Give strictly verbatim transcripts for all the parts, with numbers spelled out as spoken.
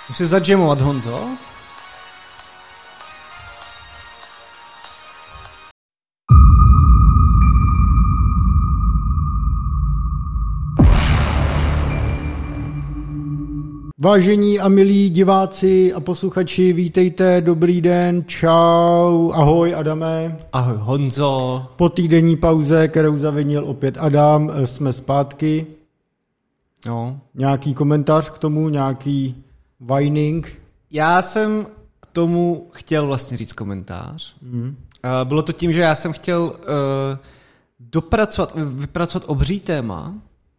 Musíš zadžemovat, Honzo. Vážení a milí diváci a posluchači, vítejte, dobrý den, čau, ahoj Adame. Ahoj Honzo. Po týdenní pauze, kterou zavinil opět Adam, jsme zpátky. No. Nějaký komentář k tomu, nějaký whining? Já jsem k tomu chtěl vlastně říct komentář. Mm. Bylo to tím, že já jsem chtěl uh, dopracovat, vypracovat obří téma,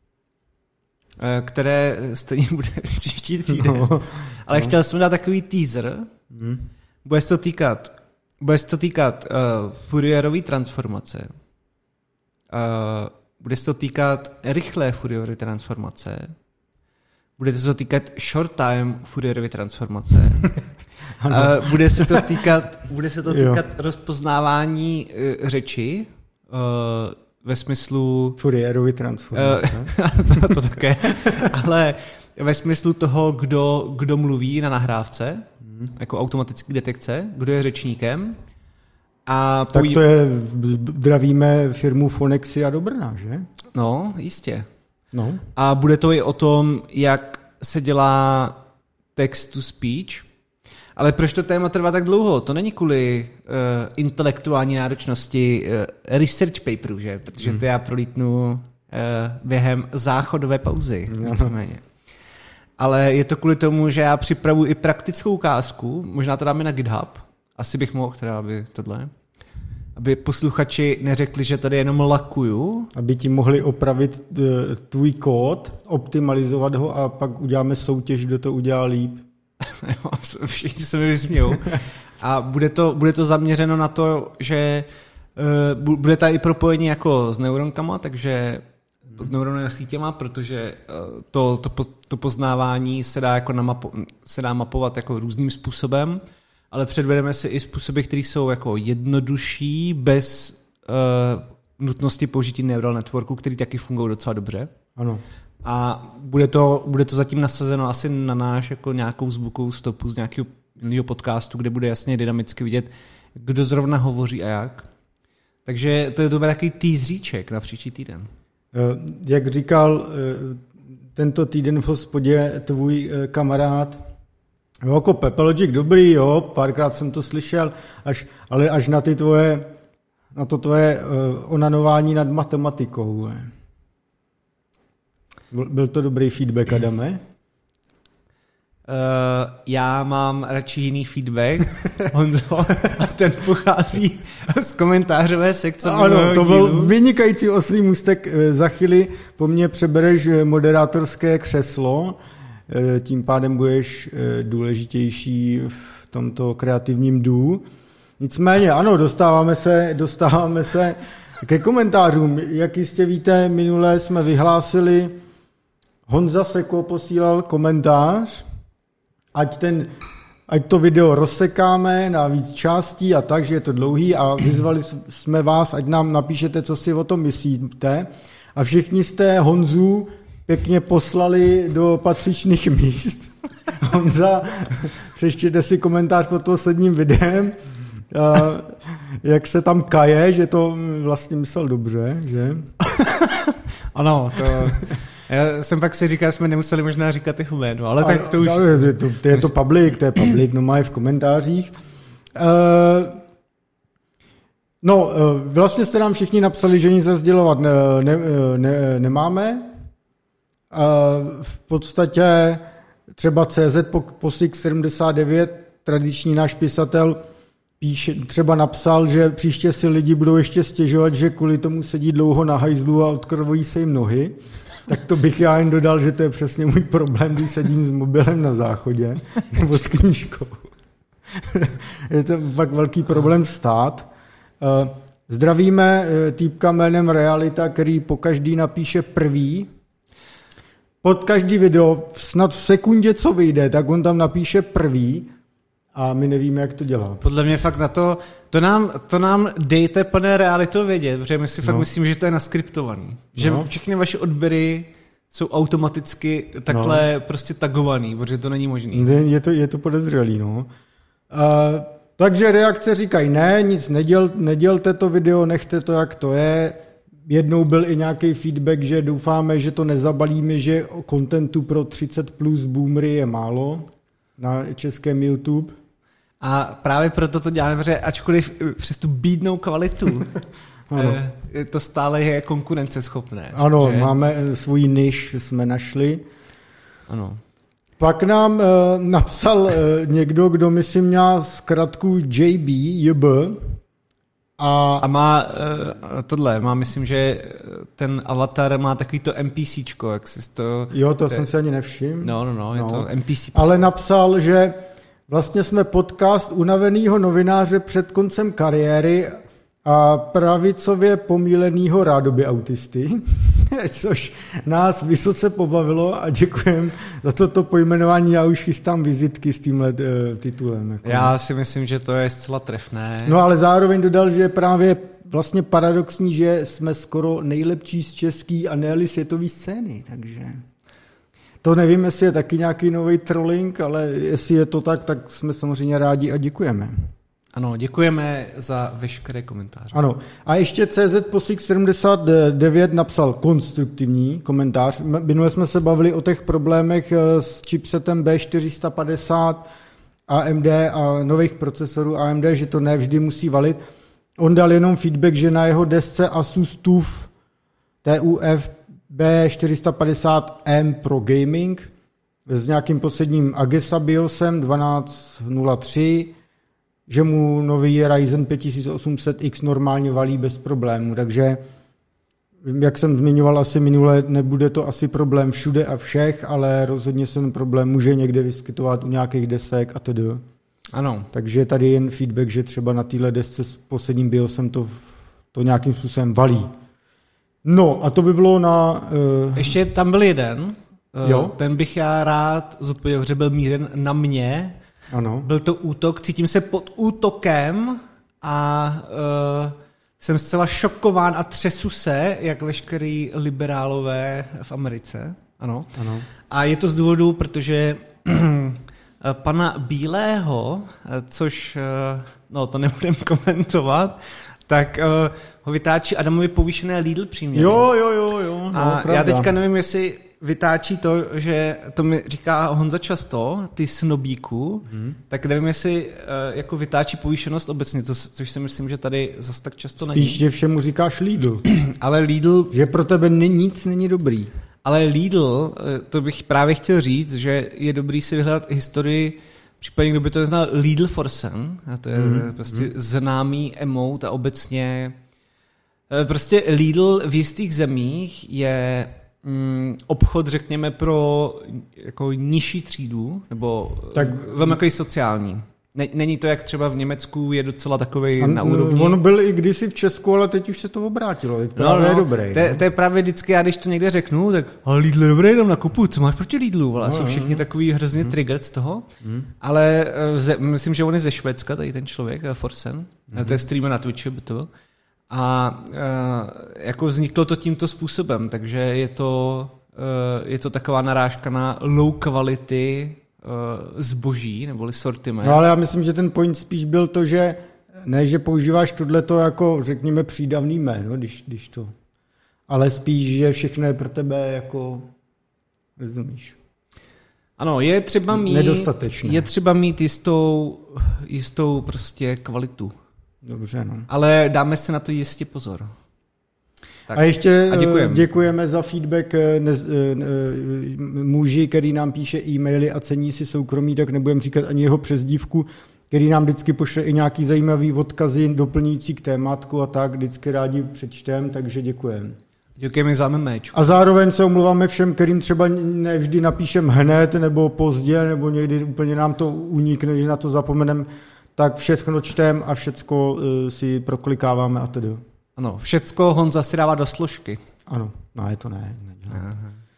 které stejně bude příští týden. No, ale no. Chtěl jsem dát takový teaser. Hmm. Bude se to týkat, bude se to týkat uh, Fourierovy transformace. Uh, bude se to týkat rychlé Fourierovy transformace. Bude se to týkat short time Fourierovy transformace. uh, bude se to týkat, bude se to týkat rozpoznávání uh, řeči. Uh, ve smyslu... Fourierovy transformace. Uh, to také. Ale ve smyslu toho, kdo, kdo mluví na nahrávce, hmm. jako automatický detekce, kdo je řečníkem. A tak poj... to je, zdravíme firmu Fonexia do Brna, že? No, jistě. No. A bude to i o tom, jak se dělá text to speech. Ale proč to téma trvá tak dlouho? To není kvůli uh, intelektuální náročnosti uh, research paperu, že? Protože hmm. to já prolítnu uh, během záchodové pauzy. Víceméně. Ale je to kvůli tomu, že já připravuji i praktickou ukázku, možná to dáme na GitHub, asi bych mohl, teda aby tohle, aby posluchači neřekli, že tady jenom lakuju. Aby ti mohli opravit tvůj kód, optimalizovat ho a pak uděláme soutěž, kdo to udělá líp. Všichni se mi vysmějou. A bude to, bude to zaměřeno na to, že uh, bude tady i propojení jako s neuronkama, takže s neuronové sítěma, protože uh, to, to, to poznávání se dá, jako namapo, se dá mapovat jako různým způsobem, ale předvedeme si i způsoby, které jsou jako jednodušší, bez uh, nutnosti použití neural networku, který taky fungují docela dobře. Ano. A bude to, bude to zatím nasazeno asi na náš jako nějakou zvukovou stopu z nějakého jiného podcastu, kde bude jasně dynamicky vidět, kdo zrovna hovoří a jak. Takže to je dobrý takový teaseríček na příští týden. Jak říkal tento týden v hospodě tvůj kamarád, jo, jako Pepelogic dobrý, jo, párkrát jsem to slyšel, až, ale až na ty tvoje, na to tvoje onanování nad matematikou. Byl to dobrý feedback, Adame? Uh, já mám radši jiný feedback, Honzo, a ten pochází z komentářové sekce. Ano, to byl dílu. Vynikající oslý můstek. Za chvíli po mně přebereš moderátorské křeslo, tím pádem budeš důležitější v tomto kreativním duu. Nicméně, ano, dostáváme se, dostáváme se ke komentářům. Jak jistě víte, minule jsme vyhlásili, Honza Seko posílal komentář, ať, ten, ať to video rozsekáme na víc částí a tak, že je to dlouhý, a vyzvali jsme vás, ať nám napíšete, co si o tom myslíte. A všichni jste Honzu pěkně poslali do patřičných míst. Honza, přečtěte si komentář pod posledním videem, jak se tam kaje, že to vlastně myslel dobře, že? Ano, to... Já jsem pak si říkal, že jsme nemuseli možná říkat jeho jméno, ale tak to už... Je to, to je to public, to je public, no má je v komentářích. Uh, no, uh, vlastně jste nám všichni napsali, že nic sdělovat ne, ne, ne, nemáme. Uh, v podstatě třeba C Z Posik sedmdesát devět, tradiční náš pisatel, píše, třeba napsal, že příště si lidi budou ještě stěžovat, že kvůli tomu sedí dlouho na hajzlu a odkrvují se jim nohy. Tak to bych já jen dodal, že to je přesně můj problém, když sedím s mobilem na záchodě nebo s knížkou. Je to fakt velký problém stát. Zdravíme týpka jménem Realita, který po každý napíše prvý. Pod každý video, snad v sekundě, co vyjde, tak on tam napíše prvý a my nevíme, jak to dělá. Podle mě fakt na to, to nám, to nám dejte, pane Realitu, vědět, protože my si fakt no. myslím, že to je naskriptovaný. Že no. všechny vaše odběry jsou automaticky takhle no. prostě tagovaný, protože to není možný. Je to, je to podezřelý, no. Uh, takže reakce říkají, ne, nic neděl, nedělte to video, nechte to, jak to je. Jednou byl i nějaký feedback, že doufáme, že to nezabalíme, že kontentu pro třicet plus boomery je málo na českém YouTube. A právě proto to děláme, protože ačkoliv přes tu bídnou kvalitu, to stále je konkurenceschopné. Ano, že? máme svůj niž, jsme našli. Ano. Pak nám uh, napsal uh, někdo, kdo myslím měl zkratku J B, J B. A, a má uh, tohle, má myslím, že ten avatar má takový to NPCčko, jak si to... Jo, to te... jsem si ani nevšiml. No, no, no, je no. to N P C. Ale napsal, že vlastně jsme podcast unavenýho novináře před koncem kariéry a pravicově pomílenýho rádoby autisty, což nás vysoce pobavilo a děkujem za toto pojmenování. Já už chystám vizitky s tímhle uh, titulem. Jako. Já si myslím, že to je zcela trefné. No ale zároveň dodal, že je právě vlastně paradoxní, že jsme skoro nejlepší z český a ne-li světový scény, takže... To nevím, jestli je taky nějaký nový trolling, ale jestli je to tak, tak jsme samozřejmě rádi a děkujeme. Ano, děkujeme za veškeré komentáře. Ano. A ještě C Z Posik sedmdesát devět napsal konstruktivní komentář. Minule jsme se bavili o těch problémech s chipsetem B čtyři sta padesát A M D a nových procesorů A M D, že to ne vždy musí valit. On dal jenom feedback, že na jeho desce Asus T U F T U F B čtyři sta padesát M Pro Gaming s nějakým posledním Agesa BIOSem dvanáct nula tři, že mu nový Ryzen pět osm set X normálně valí bez problémů, takže jak jsem zmiňoval asi minule, nebude to asi problém všude a všech, ale rozhodně se ten problém může někde vyskytovat u nějakých desek a tedy. Ano. Takže tady je jen feedback, že třeba na téhle desce s posledním BIOSem to, to nějakým způsobem valí. No a to by bylo na... Uh... Ještě tam byl jeden, uh, jo? Ten bych já rád zodpověděl, že byl mířen na mě. Ano. Byl to útok, cítím se pod útokem a uh, jsem zcela šokován a třesu se, jak veškerý liberálové v Americe. Ano. Ano. A je to z důvodu, protože pana Bílého, což, no to nebudem komentovat, tak uh, ho vytáčí Adamovi povýšené Lidl příměry. Jo, jo, jo, jo. No, a pravda. já teďka nevím, jestli vytáčí to, že to mi říká Honza často, ty snobíku, hmm. tak nevím, jestli uh, jako vytáčí povýšenost obecně, to, což si myslím, že tady zas tak často Spíš, není. Spíš, že všemu říkáš Lidl. Ale Lidl... Že pro tebe nic není dobrý. Ale Lidl, to bych právě chtěl říct, že je dobrý si vyhledat historii, případně kdo by to neznal, Lidl Forsen, a to je mm, prostě mm. známý emote a obecně prostě Lidl v jistých zemích je mm, obchod, řekněme, pro jako nižší třídu, nebo tak, velmi jako sociální. Není to, jak třeba v Německu je docela takovej na úrovni. On byl i kdysi v Česku, ale teď už se to obrátilo. Teď právě no, no, je dobrý. To, no. to je právě vždycky, já když to někde řeknu, tak ale Lidl je dobrý, jenom nakupuj, co máš proti Lidlu? No, jsou všichni no, takový hrozně hmm. triggered z toho. Hmm. Ale ze, myslím, že on je ze Švédska, tady ten člověk, Forsen. Hmm. To je streamer na Twitchi, by to byl. A uh, jako vzniklo to tímto způsobem, takže je to, uh, je to taková narážka na low quality zboží, neboli sortiment. No ale já myslím, že ten point spíš byl to, že ne, že používáš tohleto jako, řekněme, přídavný jméno, když, když to, ale spíš, že všechno je pro tebe jako, rozumíš. Ano, je třeba mít, nedostatečné. Je třeba mít jistou, jistou prostě kvalitu. Dobře, no. Ale dáme si na to jistě pozor. Tak. A ještě a děkujeme. děkujeme za feedback ne, ne, muži, který nám píše e-maily a cení si soukromí, tak nebudem říkat ani jeho přezdívku, který nám vždycky pošle i nějaký zajímavý odkazy doplňující k tématku a tak, vždycky rádi přečtem, takže děkujeme. Děkujeme za memečku. A zároveň se omluváme všem, kterým třeba nevždy napíšem hned nebo pozdě, nebo někdy úplně nám to unikne, že na to zapomeneme, tak všechno čtem a všecko uh, si proklikáváme a tedy. Ano, všecko Honza si dává do složky. Ano, no je to ne. ne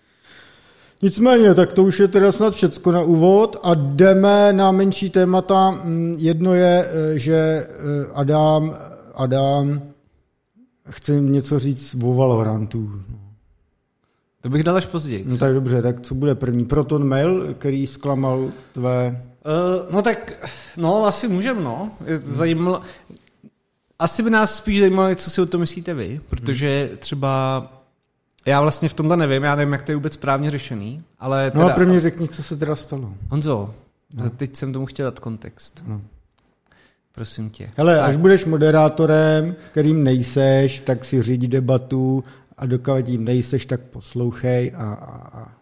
Nicméně, tak to už je teda snad všecko na úvod a jdeme na menší témata. Jedno je, že Adam, Adam chce něco říct o Valorantu. To bych dal až později. No tak dobře, tak co bude první? Proton Mail, který zklamal tvé... Uh, no tak, no asi můžem, no. Zajímalo... Asi by nás spíš zajímalo, co si o tom myslíte vy, protože třeba já vlastně v tomhle nevím, já nevím, jak to je vůbec správně řešený, ale teda... No a prvně řekni, co se teda stalo. Honzo, no. teď jsem tomu chtěl dát kontext. No. Prosím tě. Hele, tak. Až budeš moderátorem, kterým nejseš, tak si řídí debatu a dokud jim nejseš, tak poslouchej a... a, a.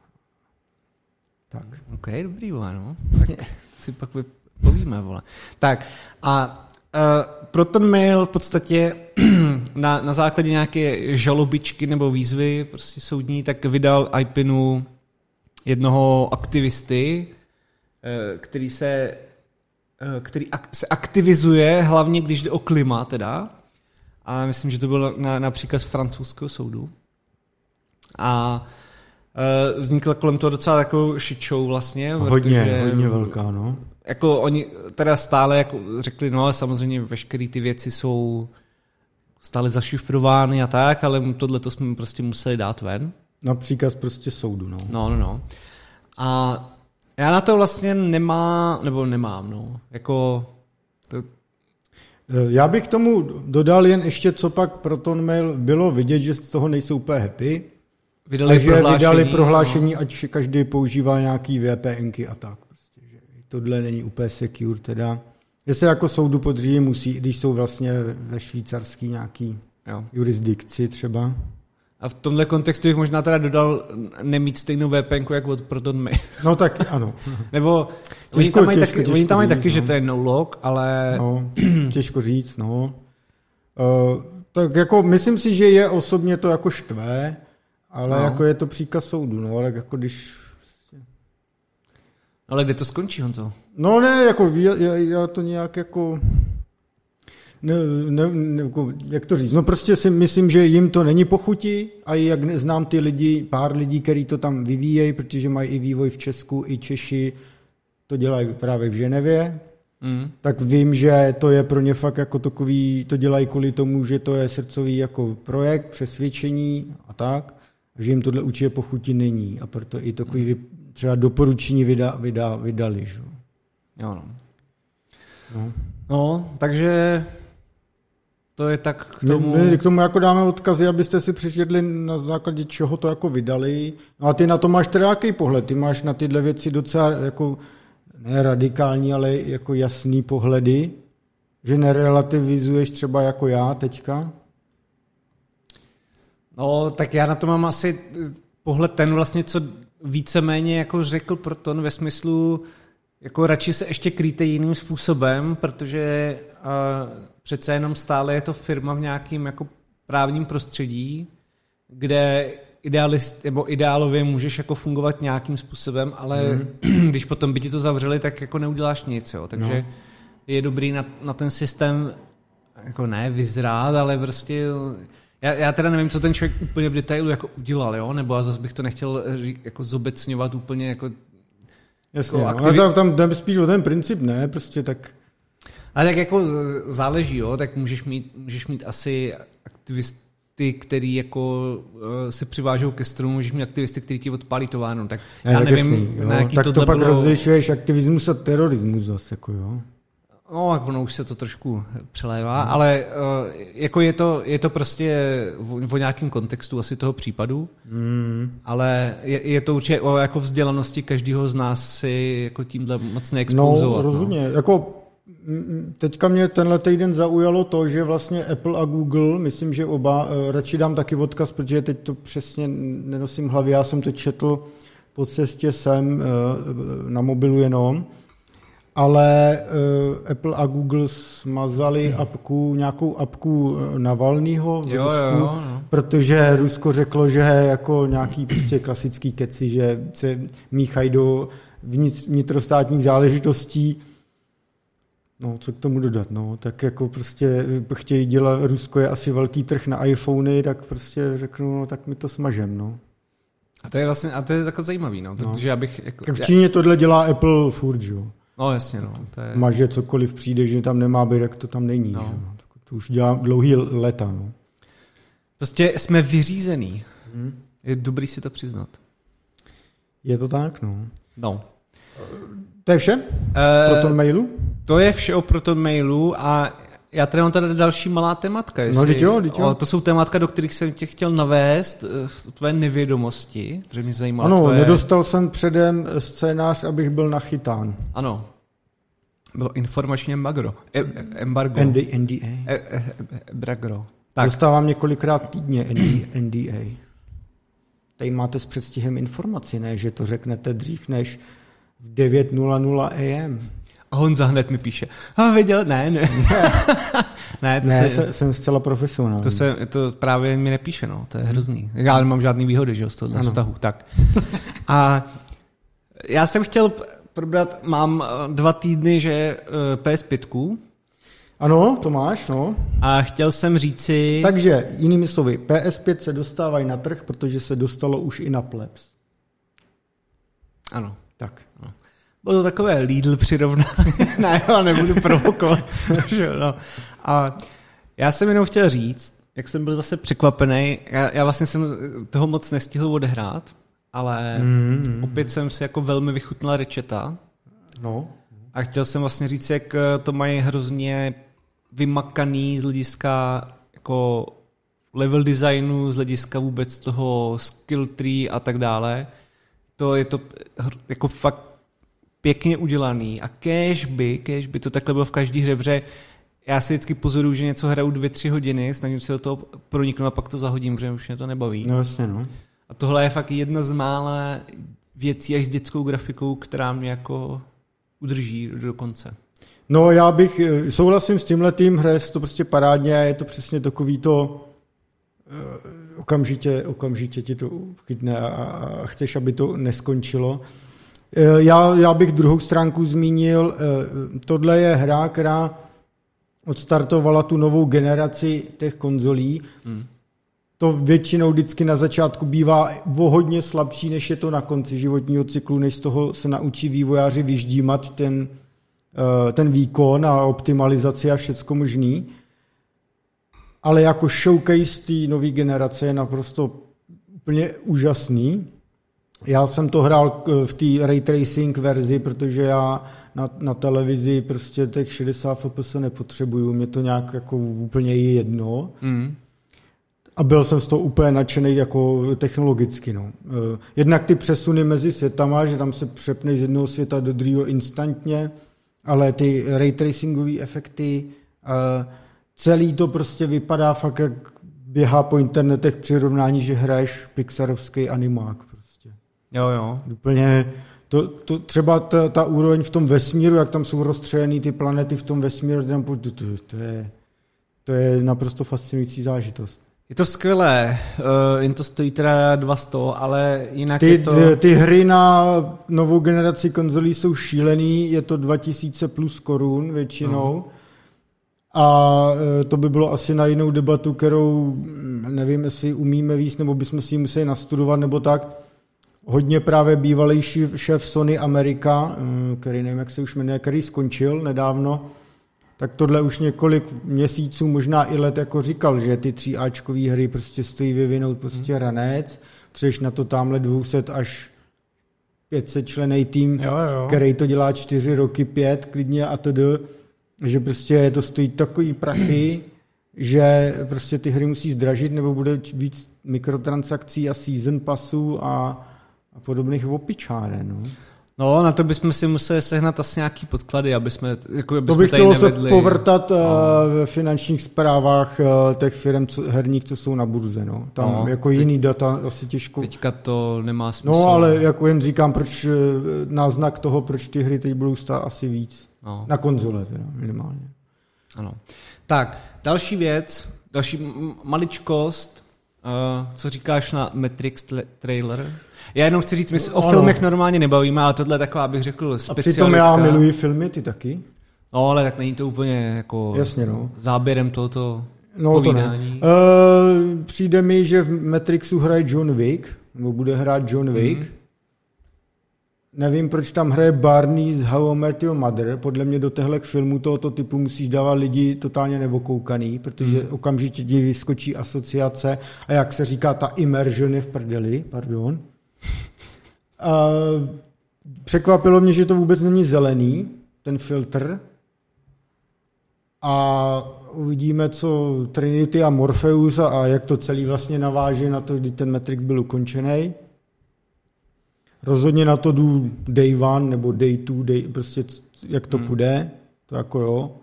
Tak. OK, dobrý, vole, no. Tak si pak povíme, vole. Tak a uh, Proton Mail v podstatě na, na základě nějaké žalobičky nebo výzvy prostě soudní, tak vydal I P N u jednoho aktivisty, uh, který se který se aktivizuje, hlavně když jde o klima teda. A myslím, že to bylo na, například z francouzského soudu. A e, vznikla kolem toho docela takovou shit show vlastně. Hodně, protože, hodně velká, no. Jako oni teda stále jako řekli, no ale samozřejmě veškeré ty věci jsou stále zašifrovány a tak, ale tohleto jsme prostě museli dát ven. Například prostě soudu, no. No, no, no. A já na to vlastně nemám, nebo nemám, no, jako... To... Já bych k tomu dodal jen ještě, co pak Proton Mail bylo vidět, že z toho nejsou úplně happy. Vydali a že prohlášení, vydali prohlášení, no. ať každý používá nějaký VPNky a tak. Prostě, že tohle není úplně secure teda. Jestli jako soudu podřídí musí, když jsou vlastně ve švýcarský nějaký jo. jurisdikci třeba. A v tomhle kontextu bych možná teda dodal nemít stejnou VPNku jako od Proton Mail. No tak ano. Nebo těžko, oni tam mají těžko, taky, těžko oni tam mají říct, taky no. že to je no-log, ale... No, těžko říct, no. Uh, tak jako myslím si, že je osobně to jako štve, ale no. jako je to příkaz soudu, no, tak jako když... Ale kde to skončí, Honzo? No ne, jako já, já, já to nějak jako... Ne, ne, ne, jako, jak to říct, no prostě si myslím, že jim to není pochutí a jak znám ty lidi, pár lidí, kteří to tam vyvíjejí, protože mají i vývoj v Česku, i Češi to dělají právě v Ženevě, mm. tak vím, že to je pro ně fakt jako takový, to dělají kvůli tomu, že to je srdcový jako projekt, přesvědčení a tak, a že jim tohle určitě pochutí není a proto i takový mm. třeba doporučení vyda, vyda, vydali. Že? Jo, no. No. no, takže... To je tak k tomu... My, my k tomu jako dáme odkazy, abyste si přečetli na základě čeho to jako vydali. No a ty na to máš teda jaký pohled? Ty máš na tyhle věci docela jako ne radikální, ale jako jasný pohledy, že nerelativizuješ třeba jako já teďka? No, tak já na to mám asi pohled ten vlastně, co víceméně jako řekl Proton ve smyslu, jako radši se ještě kryjte jiným způsobem, protože uh, přece jenom stále je to firma v nějakým jako právním prostředí, kde idealist, nebo ideálově můžeš jako fungovat nějakým způsobem, ale mm. když potom by ti to zavřeli, tak jako neuděláš nic, jo. Takže no. je dobrý na, na ten systém jako ne vyzrát, ale prostě já, já teda nevím, co ten člověk úplně v detailu jako udělal, jo, nebo já zase bych to nechtěl jako zobecňovat úplně jako jasně, jako aktivi... no, tam, tam spíš o ten princip, ne, prostě tak... Ale tak jako záleží, jo, tak můžeš mít, můžeš mít asi aktivisty, který jako uh, se přivážou ke stromu, můžeš mít aktivisty, který ti odpálí továrnu, tak já, já tak nevím, jasný, na jaký tak tohle to pak bylo... rozlišuješ aktivismus a terorismus zase, jako jo. No, tak ono už se to trošku přelévá, hmm. ale uh, jako je to, je to prostě v, v nějakém kontextu asi toho případu, hmm. ale je, je to určitě o jako vzdělanosti každého z nás si jako tímhle moc neexpouzovat. No, rozhodně, no. Jako teďka mě tenhle týden zaujalo to, že vlastně Apple a Google, myslím, že oba, radši dám taky odkaz, protože teď to přesně nenosím v hlavě, já jsem to četl po cestě sem na mobilu jenom, ale Apple a Google smazali apku, nějakou apku Navalnýho v jo, Rusku, jo, jo. protože Rusko řeklo, že jako nějaký prostě klasický keci, že se míchají do vnitrostátních záležitostí. No, co k tomu dodat, no, tak jako prostě chtějí dělat, Rusko je asi velký trh na iPhony, tak prostě řeknu, no, tak mi to smažem, no. A to je vlastně, a to je jako zajímavý, no, protože no. já bych... Jako, tak v Číně tohle dělá Apple furt, jo. No, jasně, no. To je... Maže cokoliv přijde, že tam nemá být, tak to tam není, no. Že? To už dělá dlouhý leta, no. Prostě jsme vyřízený. Hmm. Je dobrý si to přiznat. Je to tak, no. No. To je vše? Uh, Proton mailu? To je vše o Proton mailu a já tady mám tady další malá tématka. Jestli, no, teď jo, teď jo. O, to jsou tématka, do kterých jsem tě chtěl navést, tvé nevědomosti, protože mě zajímalo ano, tvoje... nedostal jsem předem scénář, abych byl nachytán. Ano. Bylo informačně magro. E, embargo. N D, N D A. E, e, embargo. Tak. Dostávám několikrát týdně N D A. Tady máte s předstihem informaci, ne, že to řeknete dřív než v devět nula nula A M. A Honza hned mi píše. A věděl, ne, ne. ne, to ne se, se, jsem zcela profesionální. To, se, to právě mi nepíše, no, to je hrozný. Já nemám žádný výhody, že jo, z tohohle vztahu. Tak. A já jsem chtěl probrat, mám dva týdny, že P S pět. Ano, to máš, no. A chtěl jsem říci... Takže, jinými slovy, P S pět se dostávají na trh, protože se dostalo už i na plebs. Ano. Tak. Ano. Bylo to takové Lidl přirovnání. Ne, já nebudu provokovat. no. A já jsem jenom chtěl říct, jak jsem byl zase překvapený, já, já vlastně jsem toho moc nestihl odehrát, ale mm, opět jsem si jako velmi vychutnal Ratcheta. No. A chtěl jsem vlastně říct, jak to mají hrozně vymakaný z hlediska jako level designu, z hlediska vůbec toho skill tree a tak dále. To je to jako fakt pěkně udělaný a kéž by, kéž by to takhle bylo v každé hře, protože já si vždycky pozoruju, že něco hraju dvě, tři hodiny, snažím se do toho proniknout a pak to zahodím, protože už mě to nebaví. No jasně, no. A tohle je fakt jedna z mála věcí až s dětskou grafikou, která mě jako udrží do konce. No já bych, souhlasím s tímhletým, hraje se to prostě parádně a je to přesně takový to okamžitě, okamžitě ti to chytne a, a chceš, aby to neskončilo. Já, já bych druhou stránku zmínil, tohle je hra, která odstartovala tu novou generaci těch konzolí. Hmm. To většinou vždycky na začátku bývá o hodně slabší, než je to na konci životního cyklu, než z toho se naučí vývojáři vyždímat ten, ten výkon a optimalizaci a všecko možný. Ale jako showcase té nové generace je naprosto úplně úžasný. Já jsem to hrál v té ray tracing verzi, protože já na, na televizi prostě těch šedesát F P S nepotřebuju, mě to nějak jako úplně je jedno. Mm. A byl jsem z toho úplně nadšený jako technologicky. No. Jednak ty přesuny mezi světama, že tam se přepneš z jednoho světa do druhého instantně, ale ty ray tracingové efekty, celý to prostě vypadá fakt, jak běhá po internetech přirovnání, že hraješ pixarovský animák. Prostě. Jo, jo. Úplně to, to, třeba ta, ta úroveň v tom vesmíru, jak tam jsou rozstřelený ty planety v tom vesmíru, tam, to, to, to, je, to je naprosto fascinující zážitost. Je to skvělé, uh, jen to stojí teda dva sto, ale jinak ty, je to... Ty, ty hry na novou generaci konzolí jsou šílený, je to dva tisíce plus korun většinou. Uh-huh. A to by bylo asi na jinou debatu, kterou nevím, jestli umíme víc, nebo bychom si ji museli nastudovat, nebo tak. Hodně právě bývalý šéf Sony Amerika, který nevím, jak se už jmenuje, který skončil nedávno, tak tohle už několik měsíců, možná i let, jako říkal, že ty tříáčkový hry prostě stojí vyvinout prostě hmm. ranec, třeš na to tamhle dvě stě až pět set členný tým, jo, jo. který to dělá čtyři roky, pět klidně a tedy, že prostě to stojí takový prachy, že prostě ty hry musí zdražit, nebo bude víc mikrotransakcí a season passů a, a podobných opičáren. No. no, na to bychom si museli sehnat asi nějaký podklady, aby jsme, jako, aby to jsme bych tady chtělo nevedli. se povrtat no. ve finančních zprávách těch firm co, herních, co jsou na burze. No. Tam no, jako teď, jiný data asi těžko. Teďka to nemá smysl. No, ale jako jen říkám, proč náznak toho, proč ty hry teď budou stát asi víc. No. Na konzole teda, minimálně. Ano. Tak, další věc, další maličkost, uh, co říkáš na Matrix trailer? Já jenom chci říct, my se o ano. filmech normálně nebavíme, ale tohle je taková, bych řekl, specialitka. A přitom já miluji filmy, ty taky. No, ale tak není to úplně jako jasně, no. záběrem tohoto no, povídání. To uh, přijde mi, že v Matrixu hraje John Wick, nebo bude hrát John Wick. Mm-hmm. nevím, proč tam hraje Barney z How I Met Your Mother. Podle mě do těchto filmů tohoto typu musíš dávat lidi totálně nevokoukaný, protože hmm. okamžitě ti vyskočí asociace a jak se říká, ta immersion je v prdeli, pardon. A překvapilo mě, že to vůbec není zelený, ten filtr. A uvidíme, co Trinity a Morpheus a, a jak to celý vlastně naváže na to, kdy ten Matrix byl ukončený. Rozhodně na to jdu day one nebo day two, day, prostě jak to hmm. půjde, to jako jo.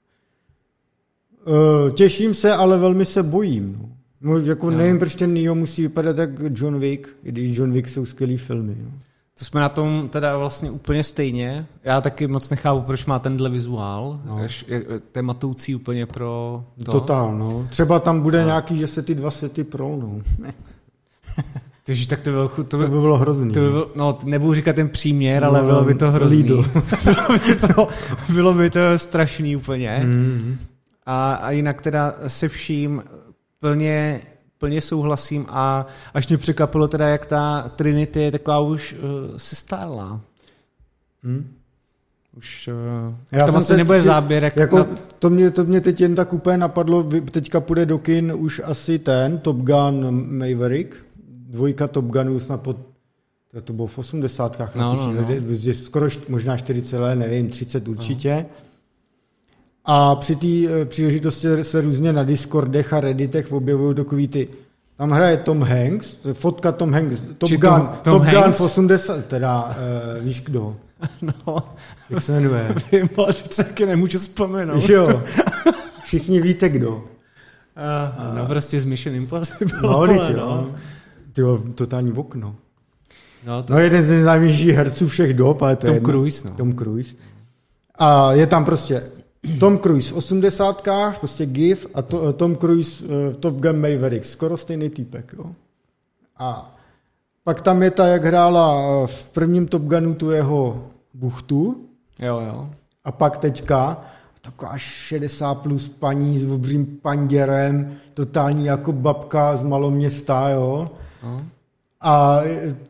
E, těším se, ale velmi se bojím. No. Jako no. Nevím, proč ten Neo musí vypadat jak John Wick, i když John Wick jsou skvělý filmy. No. To jsme na tom teda vlastně úplně stejně. Já taky moc nechápu, proč má tenhle vizuál. No. To je matoucí úplně pro to. Totál, no. Třeba tam bude no. nějaký, že se ty dva sety prolnou. Takže tak to, bylo, to, to by bylo hrozný. To by bylo, no, nebudu říkat ten příměr, no, ale bylo by to hrozný. bylo, by to, bylo by to strašný úplně. Mm-hmm. A, a jinak teda se vším plně, plně souhlasím a až mě překvapilo teda, jak ta Trinity je taková už uh, sestárlá. Hmm. Už, uh, Já tam asi nebude záběr. Jak jako, na... to, mě, to mě teď jen tak úplně napadlo, teďka půjde do kin už asi ten Top Gun Maverick, dvojka Top Gunů snad pod, to bylo v osmdesátkách, no, no, no. skoro možná čtyřicet let, nevím, třicet určitě. No. A při té příležitosti se různě na Discordech a Redditech objevují takový ty, tam hraje Tom Hanks, to je fotka Tom Hanks, Top Gun, Tom, Tom Top Gun v osmdesátých, teda uh, víš kdo? No. Jak se jmenuje? Vím, ale teď se taky nemůžu vzpomenout. Víš jo, všichni víte kdo. Uh, uh, no prostě z Mission Impossible. No, ale, no. Tyjo, totální okno. No, to... no jeden z nejznámějších herců všech dob, ale to Tom je Cruise, no. Tom Cruise. A je tam prostě Tom Cruise v osmdesátkách, prostě GIF a to, Tom Cruise v Top Gun Maverick, skoro stejný týpek. Jo. A pak tam je ta, jak hrála v prvním Top Gunu tu jeho buchtu. Jo, jo. A pak teďka taková šedesát plus paní s obřím panděrem, totální jako babka z maloměsta, jo. No. A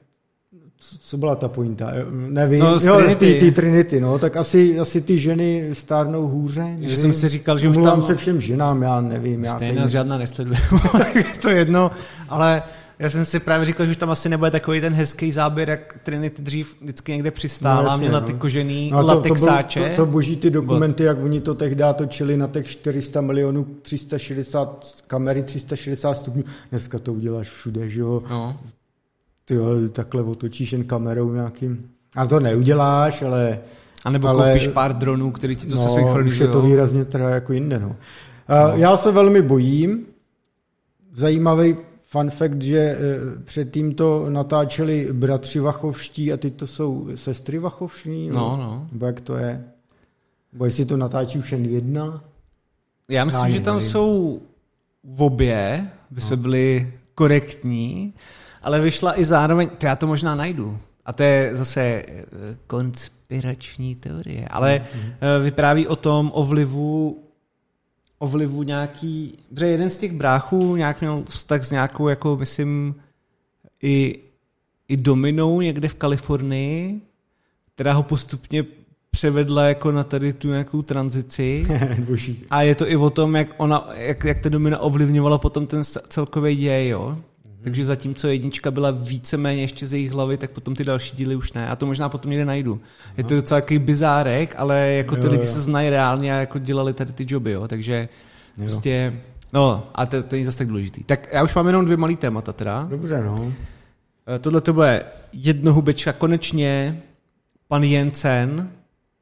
co byla ta pointa? Nevím. No, z jo, Trinity. Ty, ty Trinity, no, tak asi, asi ty ženy stárnou hůře. Nevím. Že jsem si říkal, že už Umluvám tam... se všem ženám, já nevím. Já Stejně nás žádná nesleduje. To je jedno, ale já jsem si právě říkal, že už tam asi nebude takový ten hezký záběr, jak Trinity dřív vždycky někde přistála, no, jasně, měla ty kožený no, latexáče. To, to, to, to boží ty dokumenty, jak oni to tehdy točili na těch čtyři sta milionů, tři sta šedesát kamery, tři sta šedesát stupňů. Dneska to uděláš všude, že jo? No. Ty jo, takhle otočíš jen kamerou nějakým. A to neuděláš, ale... A nebo ale, koupíš pár dronů, který ti to no, se synchronizuje. Už je to výrazně teda jako jinde, no. no. Já se velmi bojím. Zajímavý fun fact, že předtím to natáčeli bratři Vachovští a teď to jsou sestry Vachovští. No, no. no. Nebo jak to je? Bo jestli to natáčí už jen jedna? Já myslím, Já že tam nevím. Jsou v obě, by jsme no. byli korektní, ale vyšla i zároveň, to já to možná najdu, a to je zase konspirační teorie, ale mm-hmm. vypráví o tom, o vlivu, o vlivu nějaký, protože jeden z těch bráchů nějak měl vztah s nějakou, jako myslím, i, i dominou někde v Kalifornii, která ho postupně převedla jako na tady tu nějakou tranzici. A je to i o tom, jak, ona, jak, jak ta domina ovlivňovala potom ten celkový děj, jo. Takže zatímco jednička byla víceméně ještě ze jejich hlavy, tak potom ty další díly už ne. A to možná potom někde najdu. Je to docela takový bizárek, ale jako ty jo, lidi jo. se znají reálně a jako dělali tady ty joby, jo. Takže jo. prostě, no a to, to je zase tak důležitý. Tak já už mám jenom dvě malý témata teda. Dobře, no. Tohle to bude jednohubečka. Konečně pan Jensen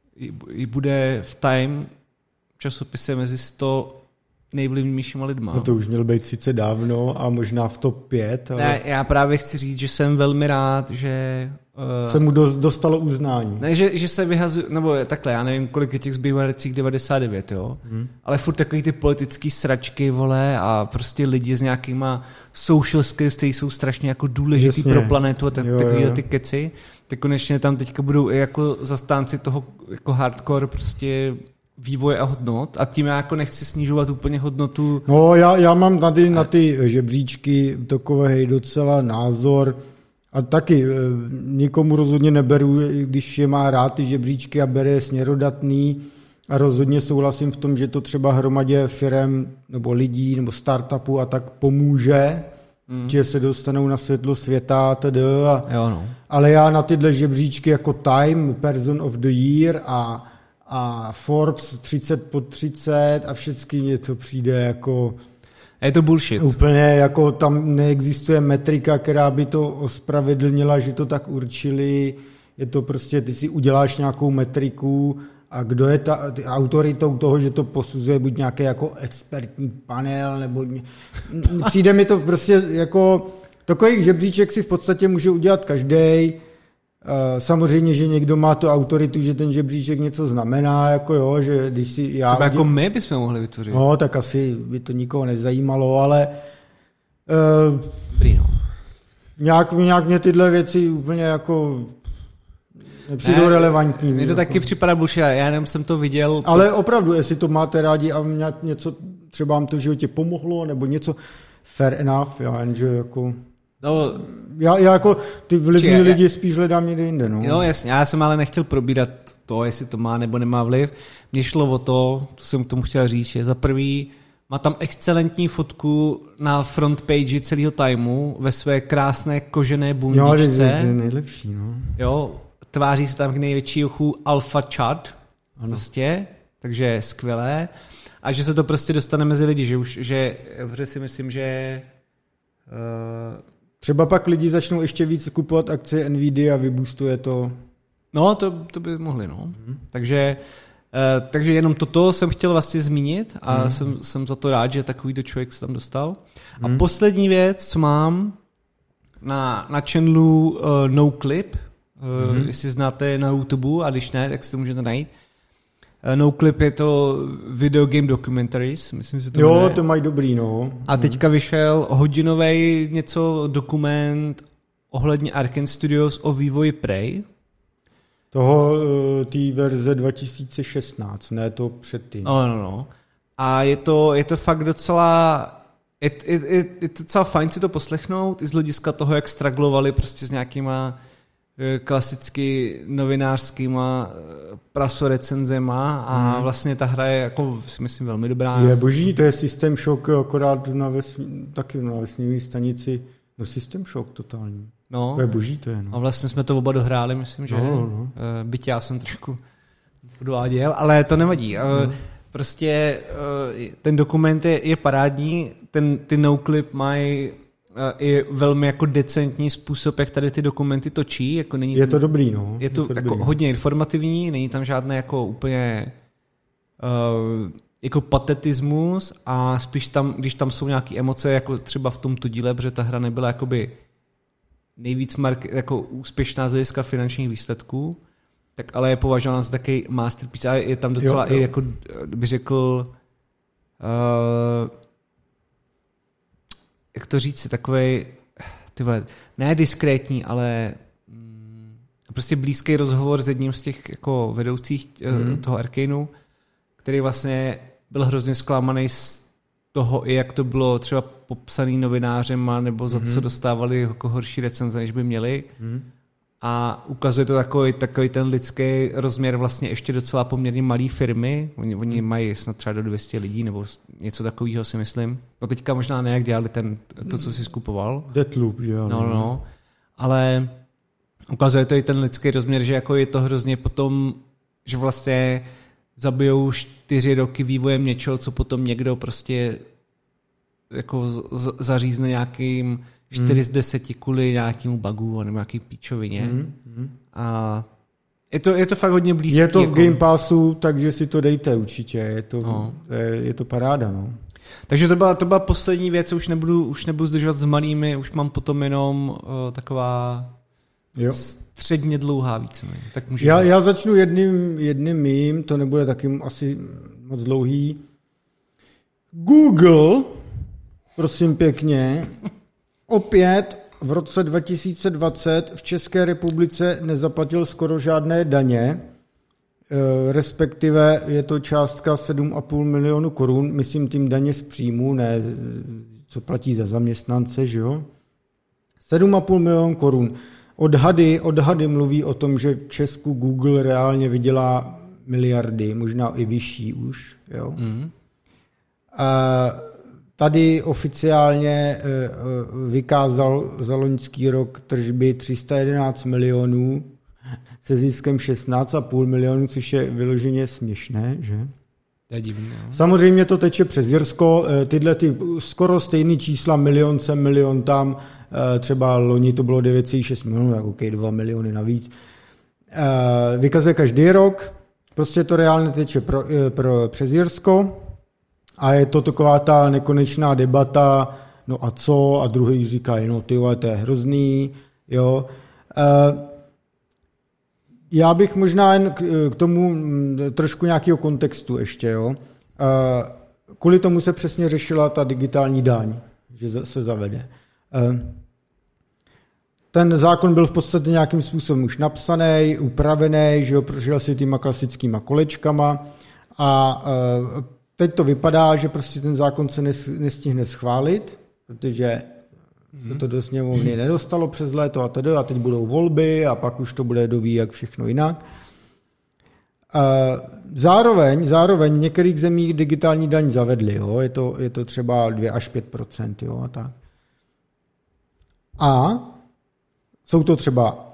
bude v Time časopise mezi sto nejvlivnějšíma lidma. No to už měl být sice dávno a možná v top pět. Ale... Ne, já právě chci říct, že jsem velmi rád, že... Uh, se mu do, dostalo uznání. Ne, že, že se vyhazuje, nebo takhle, já nevím, kolik je těch zbývajících devadesát devět, jo? Hmm. Ale furt takový ty politický sračky, vole, a prostě lidi s nějakýma social skills, které jsou strašně jako důležitý Jasně. pro planetu a tak, takovýhle ty keci, tak konečně tam teďka budou i jako zastánci toho jako hardcore prostě vývoje a hodnot a tím já jako nechci snižovat úplně hodnotu. No já, já mám tady na ty žebříčky takový docela názor A taky nikomu rozhodně neberu, když je má rád ty žebříčky a bere je směrodatný a rozhodně souhlasím v tom, že to třeba hromadě firem nebo lidí nebo startupů a tak pomůže, mm. že se dostanou na světlo světa td. A, jo, no. Ale já na tyhle žebříčky jako Time, Person of the Year a, a Forbes třicet pod třicet a všechny něco přijde jako... Je to bullshit. Úplně jako tam neexistuje metrika, která by to ospravedlnila, že to tak určili. Je to prostě, ty si uděláš nějakou metriku a kdo je ta autoritou toho, že to posuzuje buď nějaký jako expertní panel, nebo přijde mi to prostě jako takových žebříček si v podstatě může udělat každý. Samozřejmě, že někdo má tu autoritu, že ten žebříček něco znamená, jako jo, že když si já... Třeba jako my bychom mohli vytvořit. No, tak asi by to nikoho nezajímalo, ale uh, Dobrý, no. nějak, nějak mě tyhle věci úplně jako nepřijdou ne, relevantní. Mně to jako. taky připadá bullshit, já jenom jsem to viděl. Ale opravdu, jestli to máte rádi a něco třeba vám to v životě pomohlo, nebo něco fair enough, já jenže jako... No, já, já jako ty vlivní já, lidi spíš hledám někde jinde. No. no jasně, já jsem ale nechtěl probírat to, jestli to má nebo nemá vliv. Mně šlo o to, co jsem k tomu chtěl říct, že za prvý má tam excelentní fotku na front page celého Timeu ve své krásné kožené bundičce. Jo, to je nejlepší, no. Jo, tváří se tam k největší uchu Alpha Chad, prostě, takže skvělé. A že se to prostě dostane mezi lidi, že už, že, že si myslím, že uh, třeba pak lidi začnou ještě víc kupovat akcie Nvidia a vyboostuje to. No, to, to by mohli, no. Hmm. Takže, uh, takže jenom toto jsem chtěl vlastně zmínit a hmm. jsem, jsem za to rád, že takovýto člověk se tam dostal. Hmm. A poslední věc, co mám na, na channelu uh, NoClip, uh, hmm. jestli znáte na YouTube, a když ne, tak si to můžete najít. Uh, NoClip je to video game documentaries, myslím si to Jo, jmenuje. to mají dobrý, no. A teďka vyšel hodinový něco dokument ohledně Arkane Studios o vývoji Prey. Toho, té verze dva tisíce šestnáct, ne to předtím. No, no, no. A je to, je to fakt docela, je, je, je, je to docela fajn si to poslechnout, i z hlediska toho, jak straglovali prostě s nějakýma klasicky novinářskýma prasorecenzema a hmm. vlastně ta hra je jako, si myslím, velmi dobrá. Je boží, to je System Shock, akorát na vesmí, taky na vesmírné stanici, no System Shock totální. No. To je boží, to je. No. A vlastně jsme to oba dohráli, myslím, že no, no. byť já jsem trošku podváděl, ale to nevadí. No. Prostě ten dokument je, je parádní, ten, ty NoClip mají i velmi jako decentní způsob, jak tady ty dokumenty točí. Jako není, je to dobrý, no. Je to, je to jako dobrý. Hodně informativní, není tam žádné jako úplně uh, jako patetismus a spíš tam, když tam jsou nějaké emoce, jako třeba v tomto díle, protože ta hra nebyla jakoby nejvíc mark, jako úspěšná z hlediska finančních výsledků, tak ale je považována za takový masterpiece a je tam docela jo, jo. i jako, bych řekl, uh, jak to říct si, takovej, ty vole, ne diskrétní, ale mm, prostě blízký rozhovor s jedním z těch jako vedoucích mm. toho Arkaneu, který vlastně byl hrozně zklamaný z toho, i jak to bylo třeba popsaný novinářema, nebo za mm. co dostávali jako horší recenze, než by měli. Mm. A ukazuje to takový, takový ten lidský rozměr vlastně ještě docela poměrně malý firmy. Oni, oni mají snad třeba do dvě stě lidí nebo něco takového, si myslím. No teďka možná ne, jak dělali ten, to, co si skupoval. Deathloop, jo. No, no. Ale ukazuje to i ten lidský rozměr, že jako je to hrozně potom, že vlastně zabijou čtyři roky vývojem něčeho, co potom někdo prostě jako z- zařízne nějakým čtyři z deseti kvůli nějakému bugu nebo nějaký píčovině. Mm, mm. A je to, je to fakt hodně blízký. Je to v jako... Game Passu, takže si to dejte určitě. Je to, no. je, je to paráda. No. Takže to byla, to byla poslední věc, už nebudu, už nebudu zdržovat s malými, už mám potom jenom uh, taková jo. středně dlouhá víceméně. Tak já, já začnu jedním, jedním mým, to nebude taky asi moc dlouhý. Google, prosím pěkně, opět v roce dva tisíce dvacet v České republice nezaplatil skoro žádné daně, respektive je to částka sedm a půl milionu korun, myslím tím daně z příjmu, ne co platí za zaměstnance, že jo? sedm a půl milionu korun. Odhady, odhady mluví o tom, že v Česku Google reálně vydělá miliardy, možná i vyšší už. Jo? Mm. A tady oficiálně vykázal za loňský rok tržby tři sta jedenáct milionů se ziskem šestnáct a půl milionů, což je vyloženě směšné, že? To je divný, no. Samozřejmě to teče přes Jirsko, tyhle ty skoro stejný čísla, milion sem, milion tam, třeba loni to bylo devět celá šest milionů, tak ok, dva miliony navíc. Vykazuje každý rok, prostě to reálně teče pro, pro, přes Jirsko a je to taková ta nekonečná debata, no a co, a druhý říká, no ty vole, to je hrozný, jo. Já bych možná jen k tomu trošku nějakého kontextu ještě, jo. Kvůli tomu se přesně řešila ta digitální daň, že se zavede. Ten zákon byl v podstatě nějakým způsobem už napsaný, upravený, že jo, prošel si těma klasickýma kolečkama a teď to vypadá, že prostě ten zákon se nestihne schválit, protože se to do sněmovny nedostalo přes léto a tedy, a teď budou volby a pak už to bude doví, jak všechno jinak. Zároveň, zároveň v některých zemích digitální daň zavedli, jo? Je, to, je to třeba dva až pět procent. Jo? A, tak. A jsou to třeba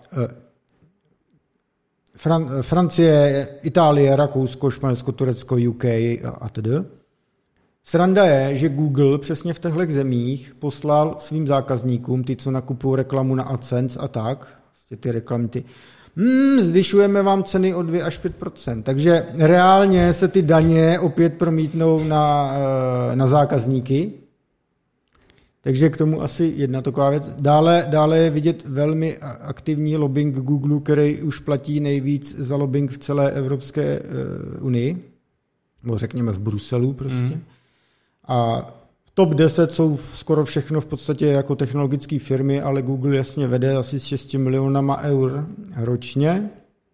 Fran, Francie, Itálie, Rakousko, Španělsko, Turecko, U K a, a tedy. Sranda je, že Google přesně v těchto zemích poslal svým zákazníkům, ty, co nakupují reklamu na AdSense a tak, vlastně ty reklamy, ty, hmm, zvyšujeme vám ceny o dva až pět procent. Takže reálně se ty daně opět promítnou na, na zákazníky. Takže k tomu asi jedna taková věc. Dále, dále je vidět velmi aktivní lobbying Google, který už platí nejvíc za lobbying v celé Evropské unii, nebo řekněme v Bruselu prostě. Mm. A top deset jsou skoro všechno v podstatě jako technologické firmy, ale Google jasně vede asi s šesti milionama eur ročně.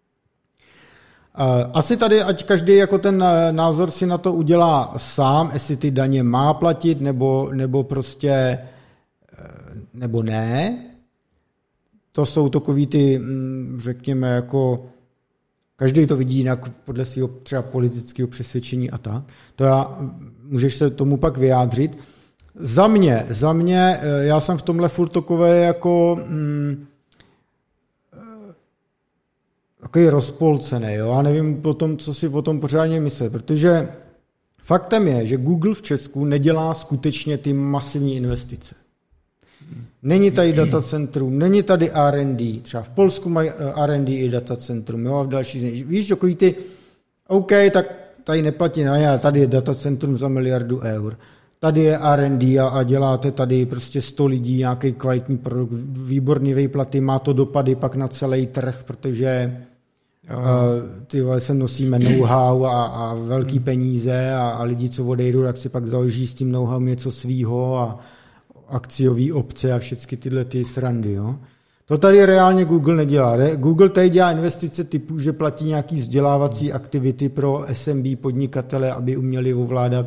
Asi tady, ať každý jako ten názor si na to udělá sám, jestli ty daně má platit, nebo, nebo prostě, nebo ne. To jsou takový ty, řekněme, jako každý to vidí jinak podle svého třeba politického přesvědčení a tak. To já, můžeš se tomu pak vyjádřit. Za mě, za mě, já jsem v tomhle furt takové jako mm, takový rozpolcený, jo. Já nevím o tom, co si o tom pořádně myslet, protože faktem je, že Google v Česku nedělá skutečně ty masivní investice. Není tady datacentrum, není tady R and D, třeba v Polsku mají R and D i datacentrum, jo, a v dalších zemích. Víš, takový ty, OK, tak tady neplatí na já, tady je datacentrum za miliardu eur, tady je R and D a, a děláte tady prostě sto lidí, nějaký kvalitní produkt, výborný výplaty, má to dopady pak na celý trh, protože uh, ty vole, se nosíme know-how a, a velký hmm. peníze a, a lidi, co odejdou, tak si pak založí s tím know-how něco svýho a akciové opce a všechny tyhle ty srandy. Jo? To tady reálně Google nedělá. Google tady dělá investice typu, že platí nějaký vzdělávací aktivity pro S M B podnikatele, aby uměli ovládat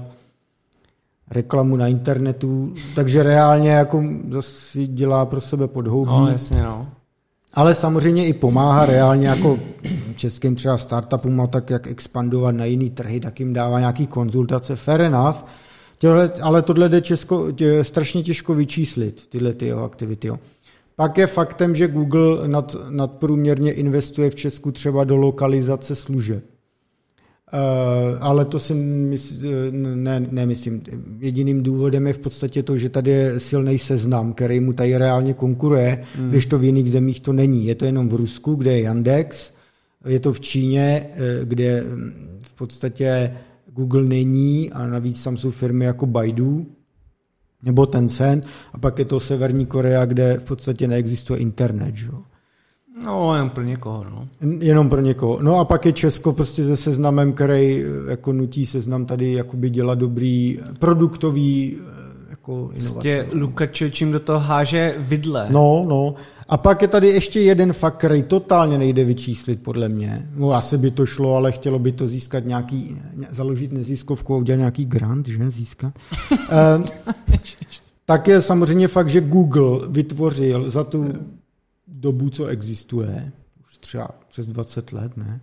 reklamu na internetu, takže reálně jako zase dělá pro sebe podhoubí. No, jasně, no. Ale samozřejmě i pomáhá reálně jako českým třeba startupům a tak, jak expandovat na jiný trhy, tak jim dává nějaký konzultace, fair enough, Těhle, ale tohle jde česko, tě, strašně těžko vyčíslit, tyhle ty jeho aktivity. Jo. Pak je faktem, že Google nad, nadprůměrně investuje v Česku třeba do lokalizace služeb. Uh, ale to si mysl, ne, nemyslím. Jediným důvodem je v podstatě to, že tady je silný Seznam, který mu tady reálně konkuruje, hmm. když to v jiných zemích to není. Je to jenom v Rusku, kde je Yandex, je to v Číně, kde v podstatě Google není a navíc tam jsou firmy jako Baidu nebo Tencent a pak je to Severní Korea, kde v podstatě neexistuje internet. Že? No, jenom pro někoho. No. Jenom pro někoho. No a pak je Česko prostě se Seznamem, který jako nutí Seznam tady jakoby dělat dobrý produktový jako inovace. Prostě Lukačevič jim do toho háže vidle. No, no. A pak je tady ještě jeden fakt, který totálně nejde vyčíslit podle mě. No asi by to šlo, ale chtělo by to získat nějaký, založit neziskovku a udělat nějaký grant, že, získat. tak je samozřejmě fakt, že Google vytvořil za tu dobu, co existuje, už třeba přes dvacet let, ne?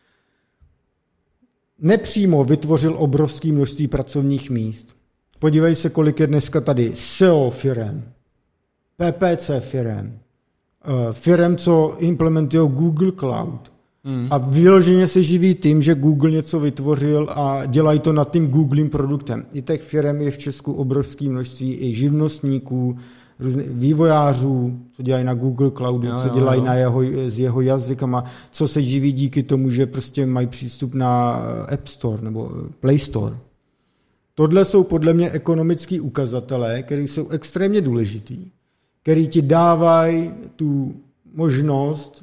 Nepřímo vytvořil obrovské množství pracovních míst. Podívej se, kolik je dneska tady S E O firem, P P C firem, firem, co implementují Google Cloud. Hmm. A vyloženě se živí tím, že Google něco vytvořil a dělají to nad tím Googlým produktem. I těch firem je v Česku obrovské množství, i živnostníků, vývojářů, co dělají na Google Cloudu, jo, co dělají jo, jo. Na jeho, s jeho jazykama, co se živí díky tomu, že prostě mají přístup na App Store nebo Play Store. Tohle jsou podle mě ekonomický ukazatele, které jsou extrémně důležitý, který ti dávají tu možnost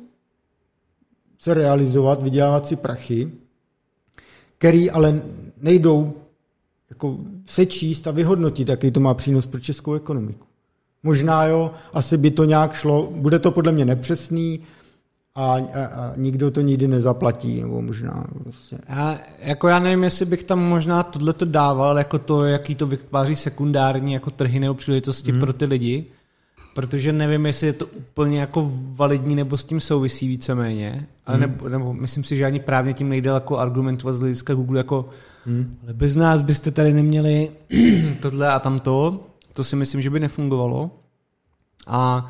se realizovat, vydělávat si prachy, který ale nejdou jako sečíst a vyhodnotit, jaký to má přínos pro českou ekonomiku. Možná jo, asi by to nějak šlo, bude to podle mě nepřesný a, a, a nikdo to nikdy nezaplatí, nebo možná prostě. Já, jako já nevím, jestli bych tam možná tohleto dával, jako to, jaký to vytváří sekundární jako trhy nebo příležitosti hmm. pro ty lidi, protože nevím, jestli je to úplně jako validní nebo s tím souvisí víceméně, ale hmm. nebo, nebo myslím si, že ani právně tím nejde jako argumentovat z hlediska Google jako hmm. ale bez nás byste tady neměli tohle a tamto, to si myslím, že by nefungovalo a,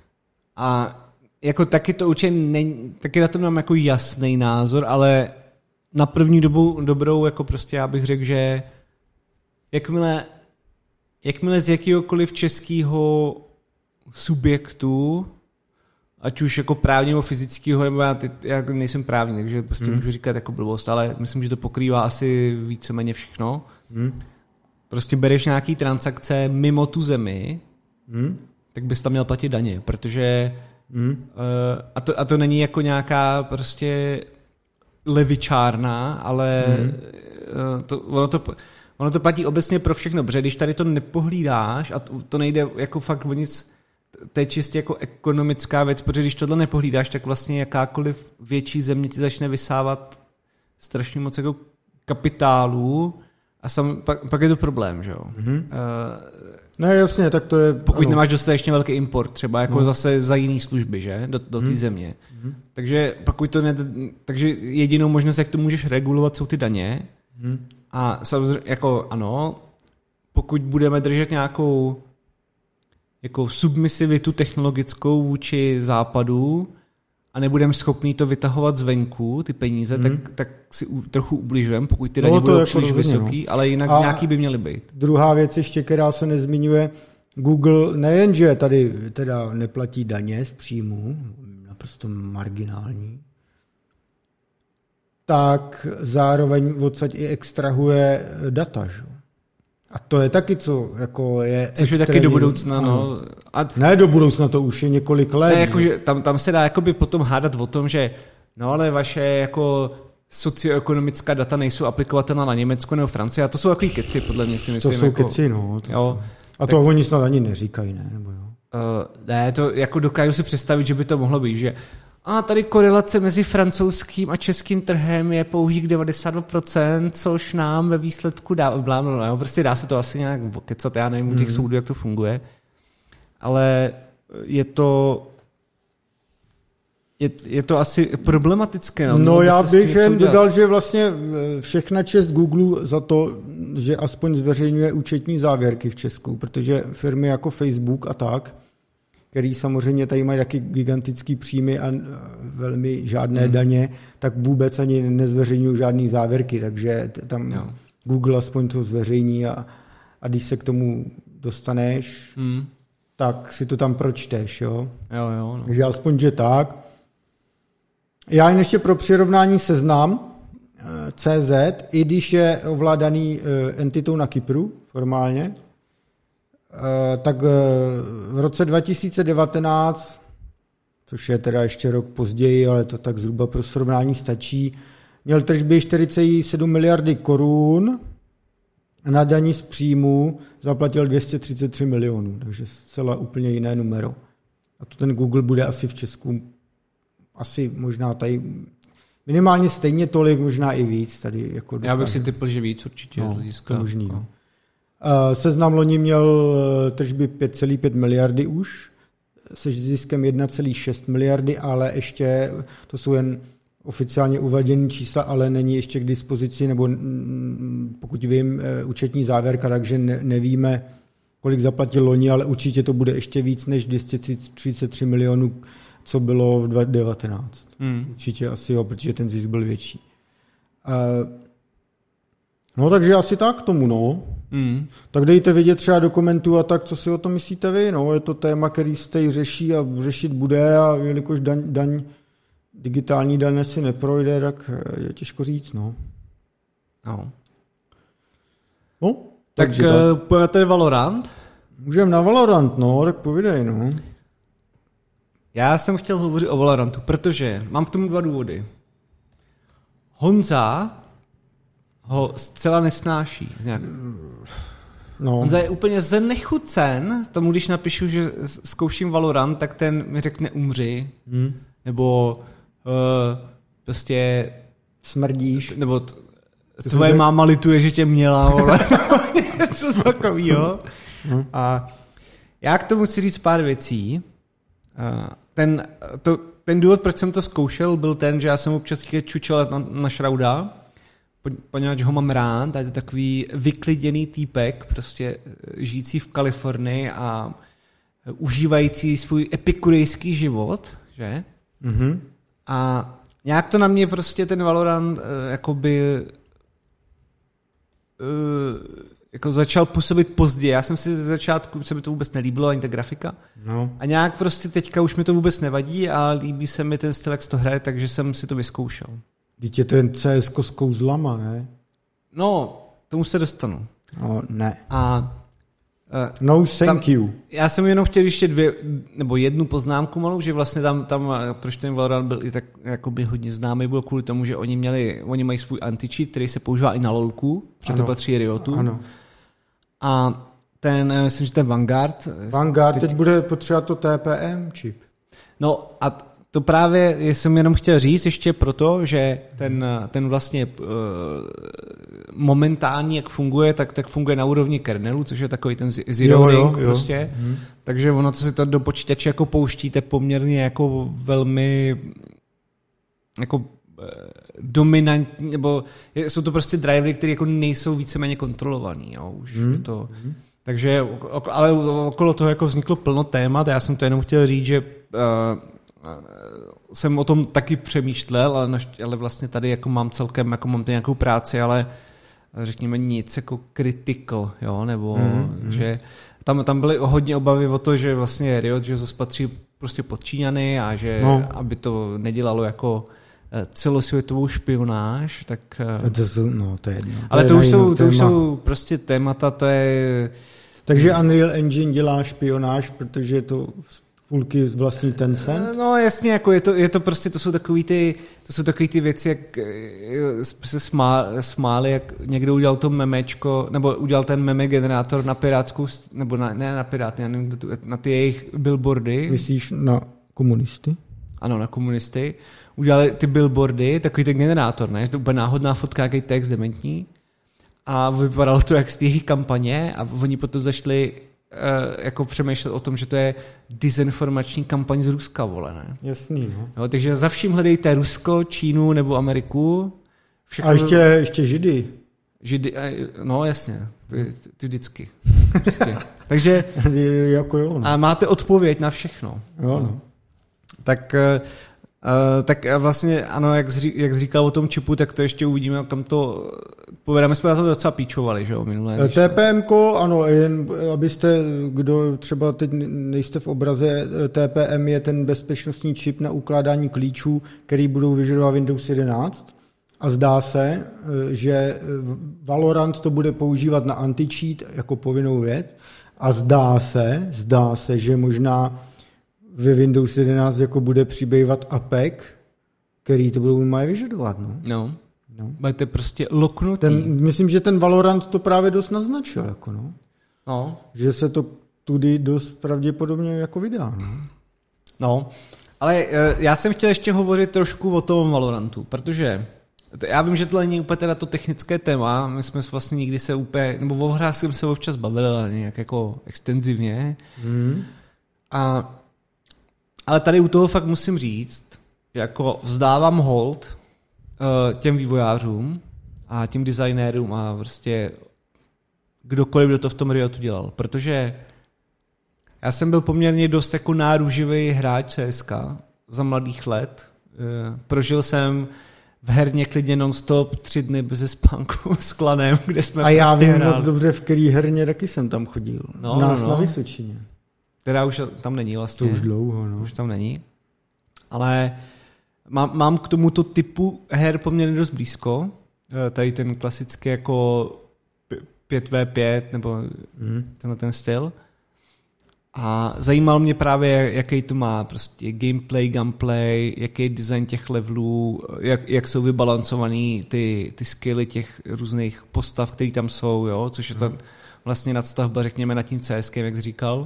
a jako taky to určitě není, taky na tom mám jako jasný názor, ale na první dobu dobrou jako prostě já bych řekl, že jakmile, jakmile z jakýhokoliv českého subjektu, ať už jako právně nebo fyzického, nebo já, ty, já nejsem právní, takže prostě hmm. můžu říkat jako blbost, ale myslím, že to pokrývá asi víceméně všechno. Hmm. Prostě bereš nějaký transakce mimo tu zemi, hmm. tak bys tam měl platit daně, protože hmm. uh, a, to, a to není jako nějaká prostě levičárna, ale hmm. uh, to, ono, to, ono to platí obecně pro všechno, protože když tady to nepohlídáš a to, to nejde jako fakt o nic, to je čistě jako ekonomická věc, protože když tohle nepohlídáš, tak vlastně jakákoliv větší země ti začne vysávat strašně moc jako kapitálu a sam, pak, pak je to problém, že jo. Mm-hmm. Uh, ne, jasně, tak to je... Pokud ano. nemáš dostatečně velký import, třeba jako no. zase za jiný služby, že, do, do té mm-hmm. země. Mm-hmm. Takže pokud to ne, takže jedinou možnost, jak to můžeš regulovat, jsou ty daně. Mm-hmm. A samozřejmě, jako ano, pokud budeme držet nějakou jako submisivitu technologickou vůči západu a nebudeme schopni to vytahovat zvenku, ty peníze, hmm. tak, tak si u, trochu ubližujeme, pokud ty daně no, budou příliš jako vysoký, no. ale jinak a nějaký by měly být. Druhá věc ještě, která se nezmiňuje, Google nejenže tady teda neplatí daně z příjmu, naprosto marginální, tak zároveň odsaď i extrahuje data, že? A to je taky, co jako je Což je taky do budoucna, no. A ne do budoucna, to už je několik let. Ne, jako, že tam, tam se dá jakoby potom hádat o tom, že no ale vaše jako socioekonomická data nejsou aplikovatelná na Německo nebo Francii a to jsou takový keci, podle mě si myslím. To jsou jako, keci, no. To jo, a to tak, oni snad ani neříkají, ne? Nebo jo? Uh, ne, to jako dokážu si představit, že by to mohlo být, že a tady korelace mezi francouzským a českým trhem je pouhých devadesát dva procent, což nám ve výsledku dá, blá, no, prostě dá se to asi nějak kecat, já nevím u těch mm. soudů, jak to funguje, ale je to je, je to asi problematické. No, no já bych jen dodal, že vlastně všechna čest Google za to, že aspoň zveřejňuje účetní závěrky v Česku, protože firmy jako Facebook a tak, který samozřejmě tady mají taky gigantický příjmy a velmi žádné hmm. daně, tak vůbec ani nezveřejňují žádný závěrky, takže tam jo. Google aspoň to zveřejní a, a když se k tomu dostaneš, hmm. tak si to tam pročteš, jo. Jo, jo, no. Takže aspoň, že tak. Já jen ještě pro přirovnání Seznam C Z, i když je ovládaný entitou na Kypru formálně, tak v roce dva tisíce devatenáct, což je teda ještě rok později, ale to tak zhruba pro srovnání stačí, měl tržby čtyři celé sedm miliardy korun a na daní z příjmu zaplatil dvě stě třicet tři milionů, takže zcela úplně jiné numero. A to ten Google bude asi v Česku asi možná tady minimálně stejně tolik, možná i víc. Tady jako já bych si typl, že víc určitě. No, z hlediska, to možný, no. Seznam loni měl tržby pět celá pět miliardy už, se ziskem jedna celá šest miliardy, ale ještě to jsou jen oficiálně uvedené čísla, ale není ještě k dispozici, nebo pokud vím, účetní závěrka, takže nevíme, kolik zaplatil loni, ale určitě to bude ještě víc než dvě stě třicet tři milionů, co bylo v dva tisíce devatenáct. Hmm. Určitě asi jo, protože ten zisk byl větší. No takže asi tak k tomu, no. Mm. Tak dejte vidět třeba do komentů a tak, co si o tom myslíte vy. No, je to téma, který se tady řeší a řešit bude a jelikož daň, daň digitální daň si neprojde, tak je těžko říct, no. No. No, tak takže uh, pojďme tady Valorant. Můžeme na Valorant, no, tak povídej, no. Já jsem chtěl hovořit o Valorantu, protože mám k tomu dva důvody. Honza ho zcela nesnáší. No. Honza je úplně znechucen tomu, když napíšu, že zkouším Valorant, tak ten mi řekne umři. Hmm. Nebo uh, prostě smrdíš. Nebo t- tvoje máma lituje, že tě měla, vole. Něco takovýho. Hmm. A já k tomu chci říct pár věcí. Uh, ten, to, ten důvod, proč jsem to zkoušel, byl ten, že já jsem občas čučel na, na Shrouda, poněvadž ho mám rád, a je to takový vykliděný týpek, prostě žijící v Kalifornii a užívající svůj epikurejský život, že? Mm-hmm. A nějak to na mě prostě ten Valorant uh, jakoby uh, jako začal působit pozdě. Já jsem si ze začátku, se mi to vůbec nelíbilo, ani ta grafika. No. A nějak prostě teďka už mi to vůbec nevadí a líbí se mi ten styl, jak se to hraje, takže jsem si to vyzkoušel. Teď je to jen C S ko s kouzlama, ne? No, tomu se dostanu. No, ne. A uh, no, thank tam, you. Já jsem jenom chtěl ještě dvě, nebo jednu poznámku malou, že vlastně tam, tam proč ten Valorant byl i tak jakoby hodně známý, bylo kvůli tomu, že oni měli, oni mají svůj anti-cheat, který se používá i na LoLku, protože to patří Riotu. Ano. A ten, myslím, že ten Vanguard... Vanguard teď, teď bude potřebovat to T P M čip. No a to právě jsem jenom chtěl říct ještě proto, že ten, ten vlastně uh, momentálně, jak funguje, tak, tak funguje na úrovni kernelu, což je takový ten zero link prostě. Hmm. Takže ono, co si to do počítače jako pouštíte, poměrně jako velmi jako dominantní, nebo jsou to prostě drivery, které jako nejsou víceméně kontrolovaný. Jo, už hmm. je to, hmm. Takže, ale okolo toho jako vzniklo plno témat, já jsem to jenom chtěl říct, že uh, jsem o tom taky přemýšlel, ale, ale vlastně tady jako mám celkem, jako mám tady nějakou práci, ale řekněme nic jako critical, jo, nebo mm, že tam, tam byly hodně obavy o to, že vlastně Riot, že zase patří prostě pod Číňany a že no. aby to nedělalo jako celosvětovou špionáž, tak... To jsou, no, to je jedno. To ale je to, už jsou, to už jsou prostě témata, to je... Takže Unreal Engine dělá špionáž, protože to půlky z vlastní Tencent? No jasně, jako je to, je to prostě, to jsou takový ty, to jsou takový ty věci, jak se smá, smáli, jak někdo udělal to memečko, nebo udělal ten meme generátor na pirátskou, nebo na, ne na piráty, na ty jejich billboardy. Myslíš na komunisty? Ano, na komunisty. Udělali ty billboardy, takový ten generátor, ne? To je úplně náhodná fotka, jaký text dementní. A vypadalo to jak z té jejich kampaně a oni potom začali uh, jako přemýšlet o tom, že to je dezinformační kampaň z Ruska, vole, ne? Jasný, no. Jo, takže za vším hledejte Rusko, Čínu nebo Ameriku. Všechno... A ještě, ještě Židy. Židy, no jasně, ty, ty vždycky. Prostě. Takže jako jo, no. A máte odpověď na všechno. Jo, no. Tak... Uh, tak vlastně ano, jak, zří, jak říkal o tom čipu, tak to ještě uvidíme, kam to povedeme. Jsme na to docela píčovali, že jo, minulé. T P M ko, ano, jen abyste, kdo třeba teď nejste v obraze, T P M je ten bezpečnostní čip na ukládání klíčů, který budou vyžadovat Windows jedenáct. A zdá se, že Valorant to bude používat na anti-cheat jako povinnou věc. A zdá se, zdá se, že možná ve Windows jedenáct jako bude přibývat A P E C, který to budou mají vyžadovat. No. No. no. Budete prostě loknutý. Ten, myslím, že ten Valorant to právě dost naznačil. Jako no. No. Že se to tudy dost pravděpodobně jako vydá. No. no. Ale já jsem chtěl ještě hovořit trošku o tom Valorantu, protože Já vím, že to není úplně teda to technické téma, my jsme vlastně nikdy se úplně, nebo o hrách jsem se občas bavil, ale nějak jako extenzivně. Hmm. A, ale tady u toho fakt musím říct, že jako vzdávám hold uh, těm vývojářům a těm designérům a prostě kdokoliv, kdo to v tom Riotu dělal, protože já jsem byl poměrně dost jako náruživý hráč C S ka za mladých let. Uh, prožil jsem v herně klidně non-stop tři dny bez spánku s klanem, kde jsme a já prostě vím hráli. moc dobře, v který herně taky jsem tam chodil. No, U nás no, no. na Vysočině. Teda už tam není vlastně. To už dlouho, no. Už tam není. Ale mám, mám k tomuto typu her poměrně dost blízko. Tady ten klasický jako pět vé pět nebo mm. tenhle ten styl. A zajímal mě právě, jaký to má prostě gameplay, gunplay, jaký je design těch levelů, jak, jak jsou vybalancovaný ty, ty skilly těch různých postav, které tam jsou, jo? Což je ta vlastně nadstavba, řekněme, nad tím CSkem, jak jsi říkal.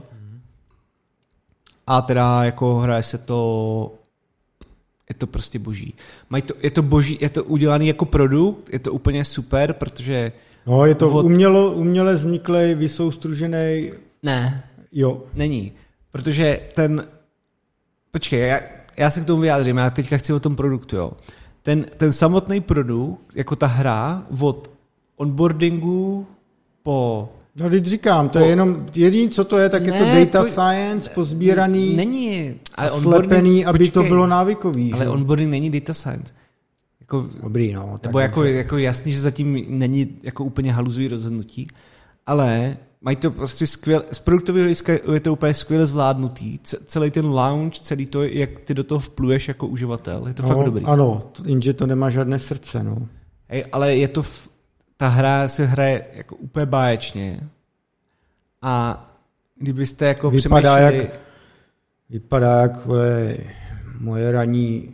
A teda jako hraje se to, je to prostě boží. Mají to, je to boží, je to udělaný jako produkt, je to úplně super, protože... No, je to od... umělo, uměle vzniklej, vysoustružený... Ne, jo. Není, protože ten... Počkej, já, já se k tomu vyjádřím, já teďka chci o tom produktu, jo. Ten, ten samotný produkt, jako ta hra, od onboardingu po... No, teď říkám, to po... je jenom jediný, co to je, tak ne, je to data po... science, pozbíraný, není, ale slepený, aby počkej, to bylo návykový. Ale že? Onboarding není data science. Jako, Dobrý, no. Nebo jako, jako jasný, že zatím není jako úplně haluzový rozhodnutí, ale mají to prostě skvěle, z produktového hlediska je to úplně skvěle zvládnutý. Celý ten launch, celý to, jak ty do toho vpluješ jako uživatel, je to no, fakt dobrý. Ano, jenže to nemá žádné srdce, no. Hej, ale je to, ta hra se hraje jako úplně báječně. A kdybyste jako vypadá přemýšleli... Jak, vypadá jako je, moje ranní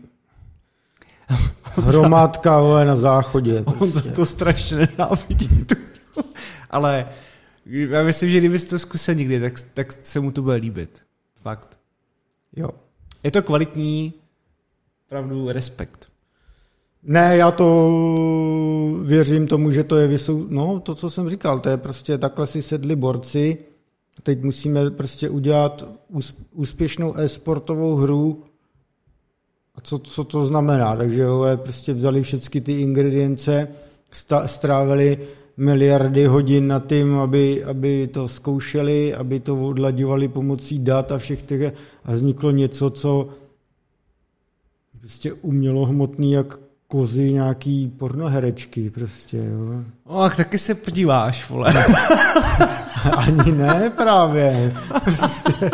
hromádka vole, na záchodě. On prostě. to strašně nenávidí. Ale já myslím, že kdybyste to zkusil někdy, tak, tak se mu to bude líbit. Fakt. Jo. Je to kvalitní, pravdu, respekt. Ne, já to věřím tomu, že to je vysou... No, to, co jsem říkal, to je prostě takhle si sedli borci. Teď musíme prostě udělat úspěšnou e-sportovou hru. A co, co to znamená? Takže jo, prostě vzali všechny ty ingredience, strávili miliardy hodin na tím, aby, aby to zkoušeli, aby to odlaďovali pomocí dat a všech těch a vzniklo něco, co prostě umělo hmotný jak kozy nějaký pornoherečky prostě, jo. O, tak taky se podíváš, vole. Ani ne právě. Prostě.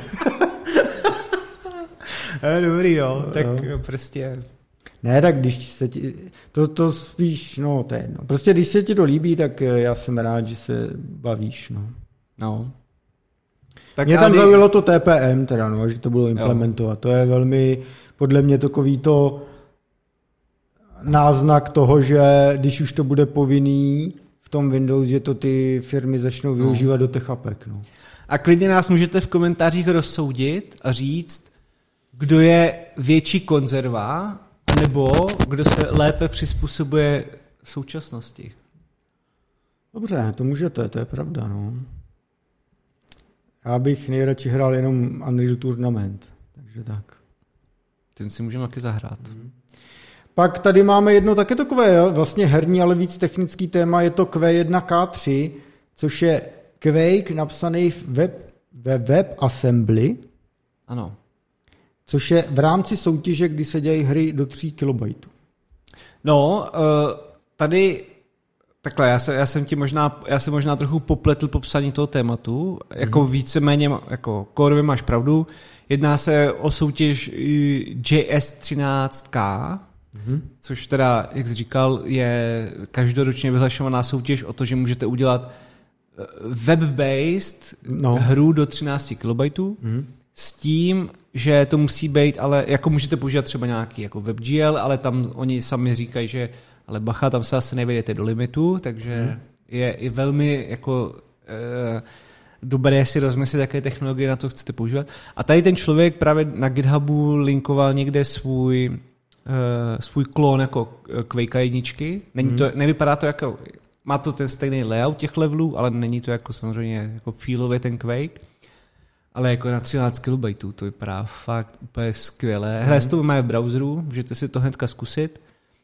Je dobrý, jo, tak jo. Prostě... Ne, tak když se ti, to, to spíš, no to je jedno. Prostě když se ti to líbí, tak já jsem rád, že se bavíš, no. No. Tak mě tam ale... zaujalo to T P M teda, no, že to bylo implementovat. Jo. To je velmi, podle mě takový to náznak toho, že když už to bude povinný v tom Windows, že to ty firmy začnou využívat no. do těch apek, no. A klidně nás můžete v komentářích rozsoudit a říct, kdo je větší konzerva, nebo kdo se lépe přizpůsobuje současnosti. Dobře, to můžete, to je pravda, no. Já bych nejradši hrál jenom Unreal Tournament, takže tak. Ten si můžeme taky zahrát. Hmm. Pak tady máme jedno také takové vlastně herní, ale víc technický téma, je to Q jedna K tři, což je Quake napsaný v web, ve WebAssembly. Ano. Což je v rámci soutěže, kdy se dělají hry do tří kilobajtů. No, tady takhle, já, se, já jsem ti možná, já jsem možná trochu popletl popsání toho tématu, jako mm. víceméně, jako core máš pravdu, jedná se o soutěž J S třináct K, mm. což teda, jak jsi říkal, je každoročně vyhlašovaná soutěž o to, že můžete udělat web-based no. hru do třináct kilobajtů, mm. s tím, že to musí být, ale jako můžete používat třeba nějaký jako WebGL, ale tam oni sami říkají, že ale bacha, tam se asi nevejdete do limitu, takže hmm. je i velmi jako e, dobré si rozmyslet, jaké technologie na to chcete používat. A tady ten člověk právě na GitHubu linkoval někde svůj svůj klon jako Quake jedničky. Není to, nevypadá to jako, má to ten stejný layout těch levelů, ale není to jako samozřejmě jako feelově ten Quake. Ale jako na třináct kilobajtů to vypadá fakt úplně skvěle. Hraje se to v browseru, můžete si to hnedka zkusit.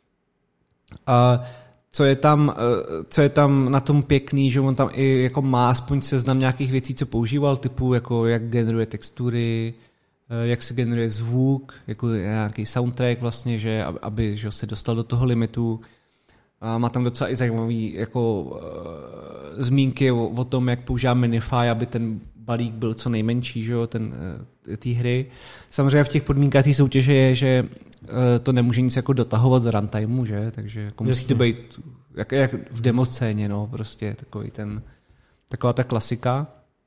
A co je tam, co je tam na tom pěkný, že on tam i jako má aspoň seznam nějakých věcí, co používal, typu jako jak generuje textury, jak se generuje zvuk, jako nějaký soundtrack vlastně, že aby že se dostal do toho limitu. A má tam docela i zajímavý jako uh, zmínky o, o tom, jak používá Minify, aby ten balík byl co nejmenší, že jo, ten uh, té hry. Samozřejmě v těch podmínkách té soutěže je, že uh, to nemůže nic jako dotahovat z runtimeu, že, takže jako musí to být jak, jak v demo scéně, no, prostě takový ten, taková ta klasika.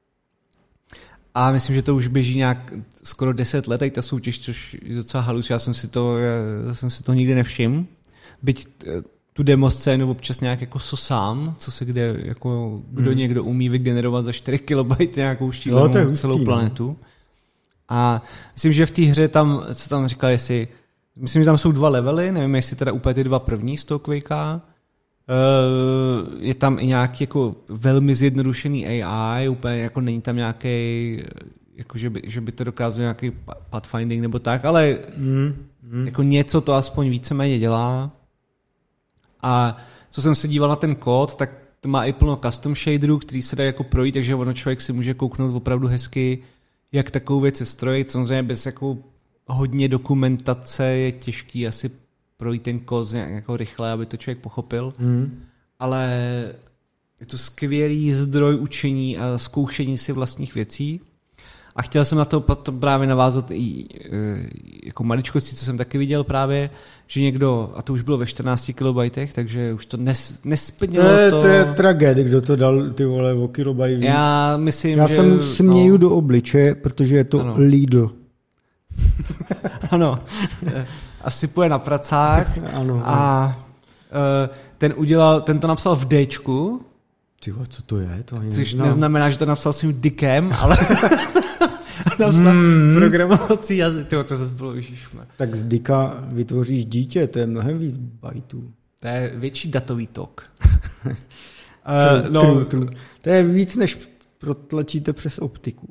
A myslím, že to už běží nějak skoro deset let, ta soutěž, což je docela halus, já jsem si to, já jsem si to nikdy nevšiml. Byť tu demo scénu občas nějak jako sosám, co se kde, jako kdo hmm. někdo umí vygenerovat za čtyři kilobajty nějakou štílenou no, celou planetu. A myslím, že v té hře tam, co tam říkal, jestli, myslím, že tam jsou dva levely, nevím, jestli teda úplně ty dva první z toho Quakea. Je tam i nějaký jako velmi zjednodušený A I, úplně jako není tam nějaký, jako že by, že by to dokázal nějaký pathfinding nebo tak, ale hmm. Hmm. jako něco to aspoň víceméně dělá. A co jsem se díval na ten kód, tak to má i plno custom shaderů, který se dá jako projít, takže ono člověk si může kouknout opravdu hezky, jak takovou věc se strojit. Samozřejmě bez jako hodně dokumentace je těžký asi projít ten kód jako rychle, aby to člověk pochopil. Hmm. Ale je to skvělý zdroj učení a zkoušení si vlastních věcí. A chtěl jsem na to právě navázat i jako maličkosti, co jsem taky viděl právě, že někdo, a to už bylo ve čtrnácti kilobajtech, takže už to nes, nesplnilo to. Je, to... to je tragédie, kdo to dal ty vole o kilobajt. Já myslím, Já že... Já se mu směju no. do obliče, protože je to ano. Lidl. Ano. Asi půjde na pracák. Ano. A uh, ten udělal, ten to napsal v Dčku. Tyjo, co to je? To což neznám. Neznamená, že to napsal svým dickem, ale... napsal hmm. programovací jazyk. Tyjo, to zase bylo ježišme. Tak z dicka vytvoříš dítě, to je mnohem víc bajtů. To je větší datový tok. uh, true, no, true, true. To je víc, než protlačíte přes optiku.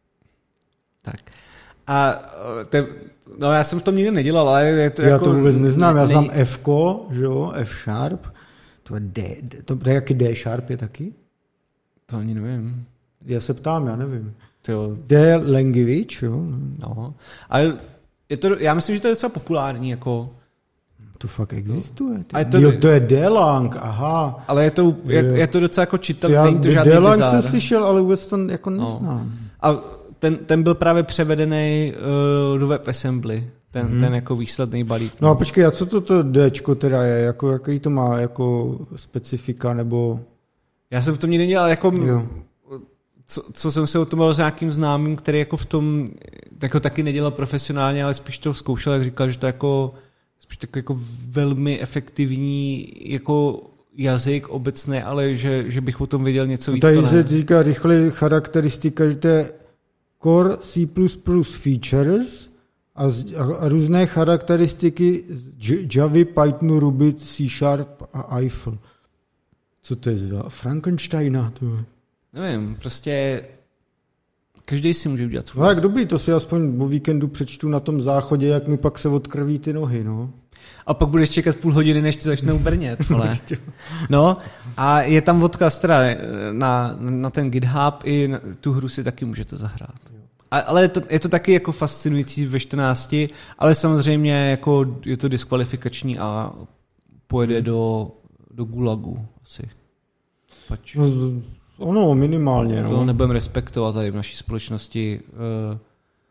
Tak. A te, no já jsem to nikdy nedělal, ale je to já jako... Já to vůbec neznám, já znám nej... F-ko, že jo, F-sharp. To je D, to, to je jaký D-sharp je taky? To ani nevím. Já se ptám, já nevím. Jo. D language, jo. No, ale je to, já myslím, že to je docela populární, jako... To fakt existuje. A je to, jo, to je D-lang, aha. Ale je to, je, je to docela jako čitelný, není to žádný D-lang bizár. jsem slyšel, ale vůbec to jako neznám. No. A ten, ten byl právě převedený uh, do WebAssembly, ten, hmm. ten jako výsledný balík. No a počkej, a co to, to Dčko teda je? Jako, jaký to má jako specifika, nebo... Já jsem v tom nikdy nedělal, jako... Co, co jsem se o tom byl s nějakým známým, který jako v tom jako taky nedělal profesionálně, ale spíš to zkoušel, jak říkal, že to jako spíš takový jako velmi efektivní jako jazyk obecně, ale že, že bych o tom věděl něco víc. Tady se říká rychle charakteristika, že to je Core C plus plus features a, a, a různé charakteristiky z Java, Pythonu, Ruby, C Sharp a Eiffel. Co to je za Frankensteina? To je? Nevím, prostě každý si může udělat svůj. No jak dobrý, to si aspoň o víkendu přečtu na tom záchodě, jak mi pak se odkrví ty nohy, no. A pak budeš čekat půl hodiny, než ti začnou brnět, ale. No, a je tam odkaz teda na, na ten GitHub, i na, tu hru si taky můžete zahrát. A, ale je to, je to taky jako fascinující ve čtrnácti, ale samozřejmě jako je to diskvalifikační a pojede hmm. do, do gulagu asi. Pač. No, ono minimálně. No. To nebudeme respektovat tady v naší společnosti. Uh,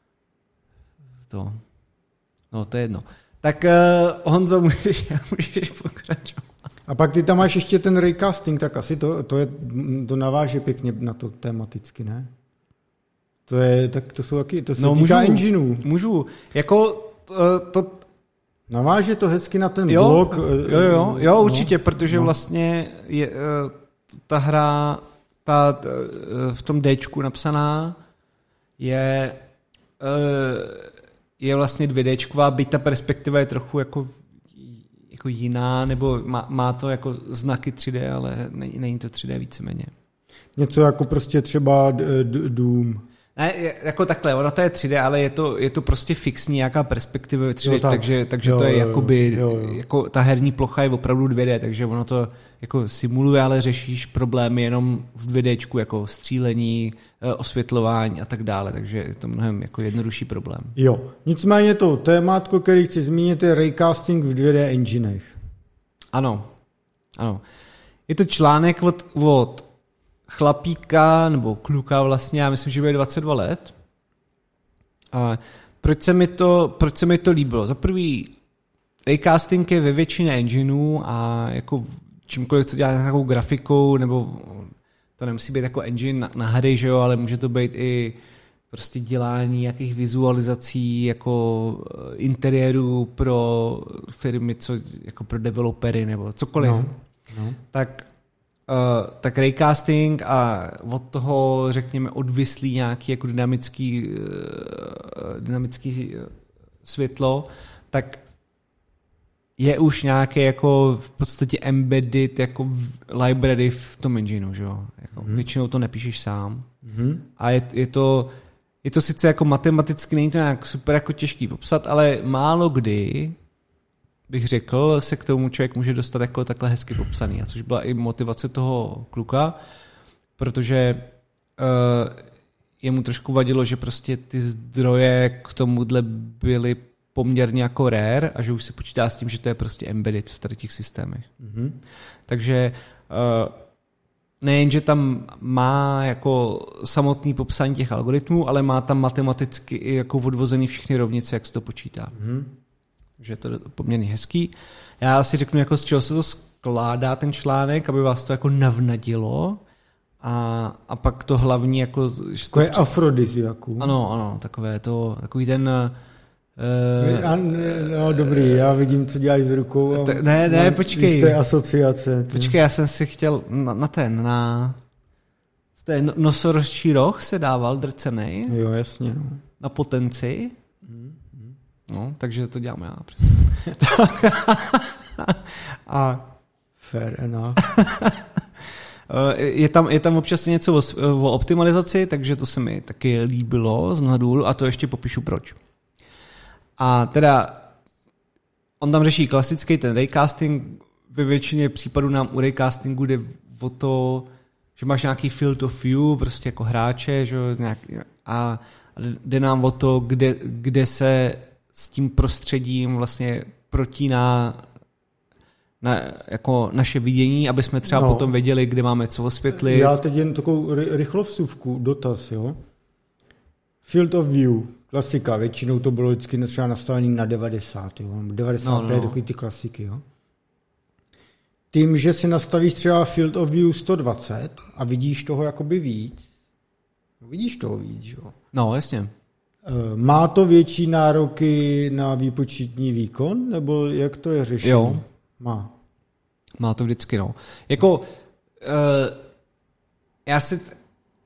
to. No, to je jedno. Tak uh, Honzo, můžeš, můžeš pokračovat. A pak ty tam máš ještě ten raycasting, tak asi to, to, je, to naváže pěkně na to tematicky, ne? To je, tak to jsou taky, to se no, týká můžu, engineů. Můžu, jako to, to... Naváže to hezky na ten jo, blok. Jo, jo, jo, určitě, no, protože no. vlastně je, ta hra ta, v tom Dčku napsaná je je vlastně dvědéčková, byť ta perspektiva je trochu jako, jako jiná, nebo má, má to jako znaky tři dé, ale není, není to tři dé víceméně. Něco jako prostě třeba Doom. Ne, jako takhle, ono to je tři dé, ale je to, je to prostě fixní nějaká perspektiva tři dé, jo, tak. takže, takže jo, to je jo, jakoby, jo, jo. Jako ta herní plocha je opravdu dvě dé, takže ono to jako simuluje, ale řešíš problémy jenom v dvě déčku, jako střílení, osvětlování a tak dále, takže je to mnohem jako jednodušší problém. Jo, nicméně to témátko, který chci zmínit, je raycasting v dvě dé enginech. Ano, ano. Je to článek od, od chlapíka, nebo kluka vlastně, já myslím, že bude dvacet dva let. A proč se mi to, proč se mi to líbilo? Za prvý, raycasting je ve většině engineů a jako čímkoliv, co dělá nějakou grafikou, nebo to nemusí být jako engine na, na hry, že jo, ale může to být i prostě dělání nějakých vizualizací jako interiérů pro firmy, co, jako pro developery, nebo cokoliv. No, no. Tak Uh, tak raycasting a od toho, řekněme, odvislý nějaký jako dynamický, uh, dynamický světlo, tak je už nějaké jako v podstatě embedded jako library v tom engineu, že jo? Jako mm. Většinou to nepíšeš sám. Mm. A je, je to je to sice jako matematicky, není to nějak super jako těžký popsat, ale málo kdy bych řekl, se k tomu člověk může dostat jako takhle hezky popsaný. A což byla i motivace toho kluka, protože uh, jemu trošku vadilo, že prostě ty zdroje k tomuhle byly poměrně jako rare a že už se počítá s tím, že to je prostě embedded v tady těch systémech. Mm-hmm. Takže uh, nejen, že tam má jako samotný popsání těch algoritmů, ale má tam matematicky i jako odvozený všechny rovnice, jak se to počítá. Mm-hmm. Takže je to poměrně hezký. Já si řeknu, jako z čeho se to skládá ten článek, aby vás to jako navnadilo a, a pak to hlavní jako... To je afrodiziaku. Ano, ano, takové to, takový ten... Uh, a, no dobrý, já vidím, co dělají s rukou. T- ne, ne, počkej. Jisté asociace. Ty. Počkej, já jsem si chtěl na, na ten, na... To je nosorožčí roh se dával drcenej. Jo, jasně. No. Na potenci. No, takže to dělám já, přesně. A fair enough. je, tam, je tam občas něco o, o optimalizaci, takže to se mi taky líbilo z mnoha důvodů a to ještě popíšu proč. A teda on tam řeší klasický ten raycasting, ve většině případů nám u raycastingu jde o to, že máš nějaký field of view, prostě jako hráče, že, nějak, a jde nám o to, kde, kde se s tím prostředím vlastně protíná na, jako naše vidění, aby jsme třeba no. potom věděli, kde máme co osvětlit. Já teď jen takovou rychlovsuvku, dotaz, jo. Field of view, klasika, většinou to bylo vždycky třeba nastavený na devadesát, jo. devadesát pět, no, no. Takový ty klasiky, jo. Tím, že si nastavíš třeba field of view sto dvacet a vidíš toho jakoby víc, vidíš toho víc, jo. No, jasně. Má to větší nároky na výpočetní výkon, nebo jak to je řešení? Jo. Má. Má to vždycky, no. Jako, uh, já si... T...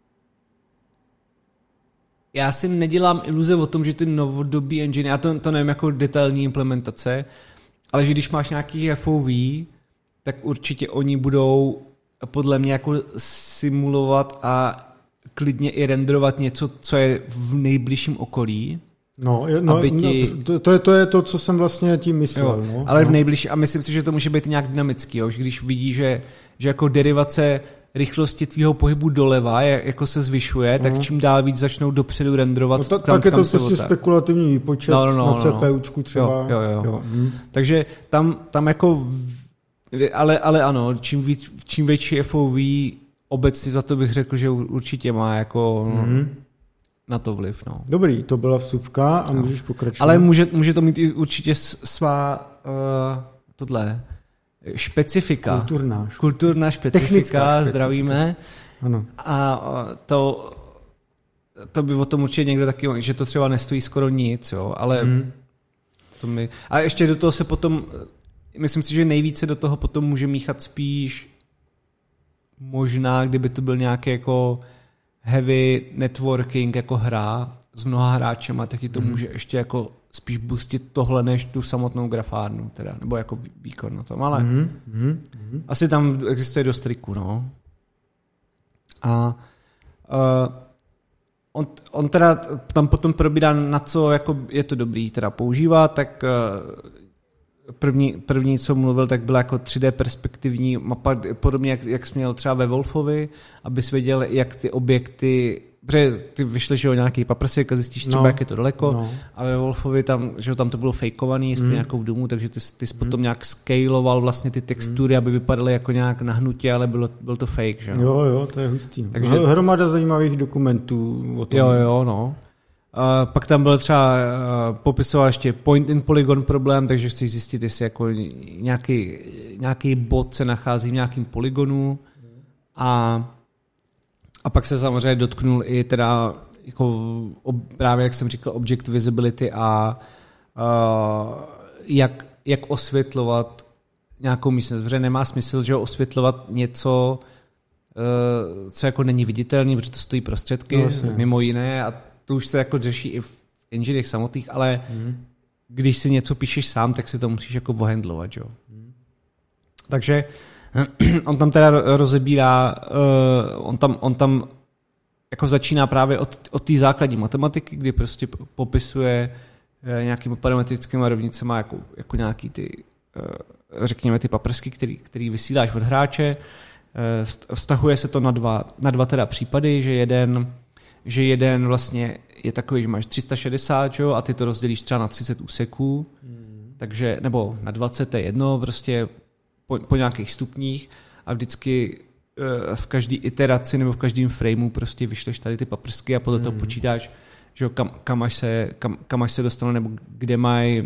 Já si nedělám iluze o tom, že ty novodobí engine, já to, to nevím jako detailní implementace, ale že když máš nějaký F O V, tak určitě oni budou podle mě jako simulovat a klidně i renderovat něco, co je v nejbližším okolí. No, no, aby ti... no to, to, je, to je to, co jsem vlastně tím myslel. Jo, no, ale no. v nejbližší, a myslím si, že to může být nějak dynamický, jo, že když vidí, že, že jako derivace rychlosti tvýho pohybu doleva, jako se zvyšuje, no. tak čím dál víc začnou dopředu renderovat. No, ta, tam, tak je to prostě spekulativní výpočet no, no, no, na CPUčku třeba. Jo, jo, jo. Jo. Hm. Takže tam, tam jako, ale, ale ano, čím, víc, čím větší F O V, obecně za to bych řekl, že určitě má jako mm-hmm. na to vliv. No. Dobrý, to byla vsuvka a no. můžeš pokračovat. Ale může, může to mít i určitě svá uh, tohle špecifika. Kulturná. Kulturná špecifika, zdravíme. Ano. A to, to by o tom určitě někdo taky, že to třeba nestojí skoro nic, jo, ale mm. to mi... A ještě do toho se potom, myslím si, že nejvíce do toho potom může míchat spíš možná, kdyby to byl nějaký jako heavy networking jako hra s mnoha hráčema, tak ti to mm. může ještě jako spíš boostit tohle než tu samotnou grafárnu, teda, nebo jako výkon na tom, ale mm-hmm. Mm-hmm. asi tam existuje dost triků, no. A uh, on, on teda tam potom probírá, na co jako je to dobrý teda používat, tak uh, první, první, co mluvil, tak byla jako tři dé perspektivní mapa, podobně jak, jak jsi měl třeba ve Wolfovi, abys věděl, jak ty objekty, protože ty vyšleš o nějaký paprsek a zjistíš třeba, no, jak je to daleko, no. A ve Wolfovi tam, že tam to bylo fejkovaný, stejně mm. jako v Doomu, takže ty, ty jsi mm. potom nějak scaloval vlastně ty textury, mm. aby vypadaly jako nějak nahnutě, ale bylo, byl to fake, že? Jo, jo, to je hustý. Takže hromada zajímavých dokumentů o tom. Jo, jo, no. Uh, pak tam byl třeba, uh, popisoval ještě point in polygon problém, takže chceš zjistit, jestli jako nějaký, nějaký bod se nachází v nějakém polygonu a, a pak se samozřejmě dotknul i teda jako ob, právě, jak jsem říkal, object visibility a uh, jak, jak osvětlovat nějakou místnost, protože nemá smysl, že osvětlovat něco, uh, co jako není viditelný, protože to stojí prostředky, no, jasně, mimo jiné, a to už se jako řeší i v enginech samotných, ale mm. když si něco píšeš sám, tak si to musíš jako vohandlovat, jo. Mm. Takže on tam teda rozebírá, uh, on tam, on tam jako začíná právě od, od té základní matematiky, kdy prostě popisuje uh, nějakými parametrickými rovnicemi jako, jako nějaký ty, uh, řekněme, ty paprsky, který, který vysíláš od hráče. Uh, vztahuje se to na dva, na dva teda případy, že jeden že jeden vlastně je takový, že máš tři sta šedesát, jo, a ty to rozdělíš třeba na třicet úseků, mm. takže, nebo na dvacet, to je jedno, prostě po, po nějakých stupních a vždycky uh, v každé iteraci nebo v každém frameu prostě vyšleš tady ty paprsky a podle mm. toho počítáš, že kam, kam, až se, kam, kam až se dostane, nebo kde mají, uh,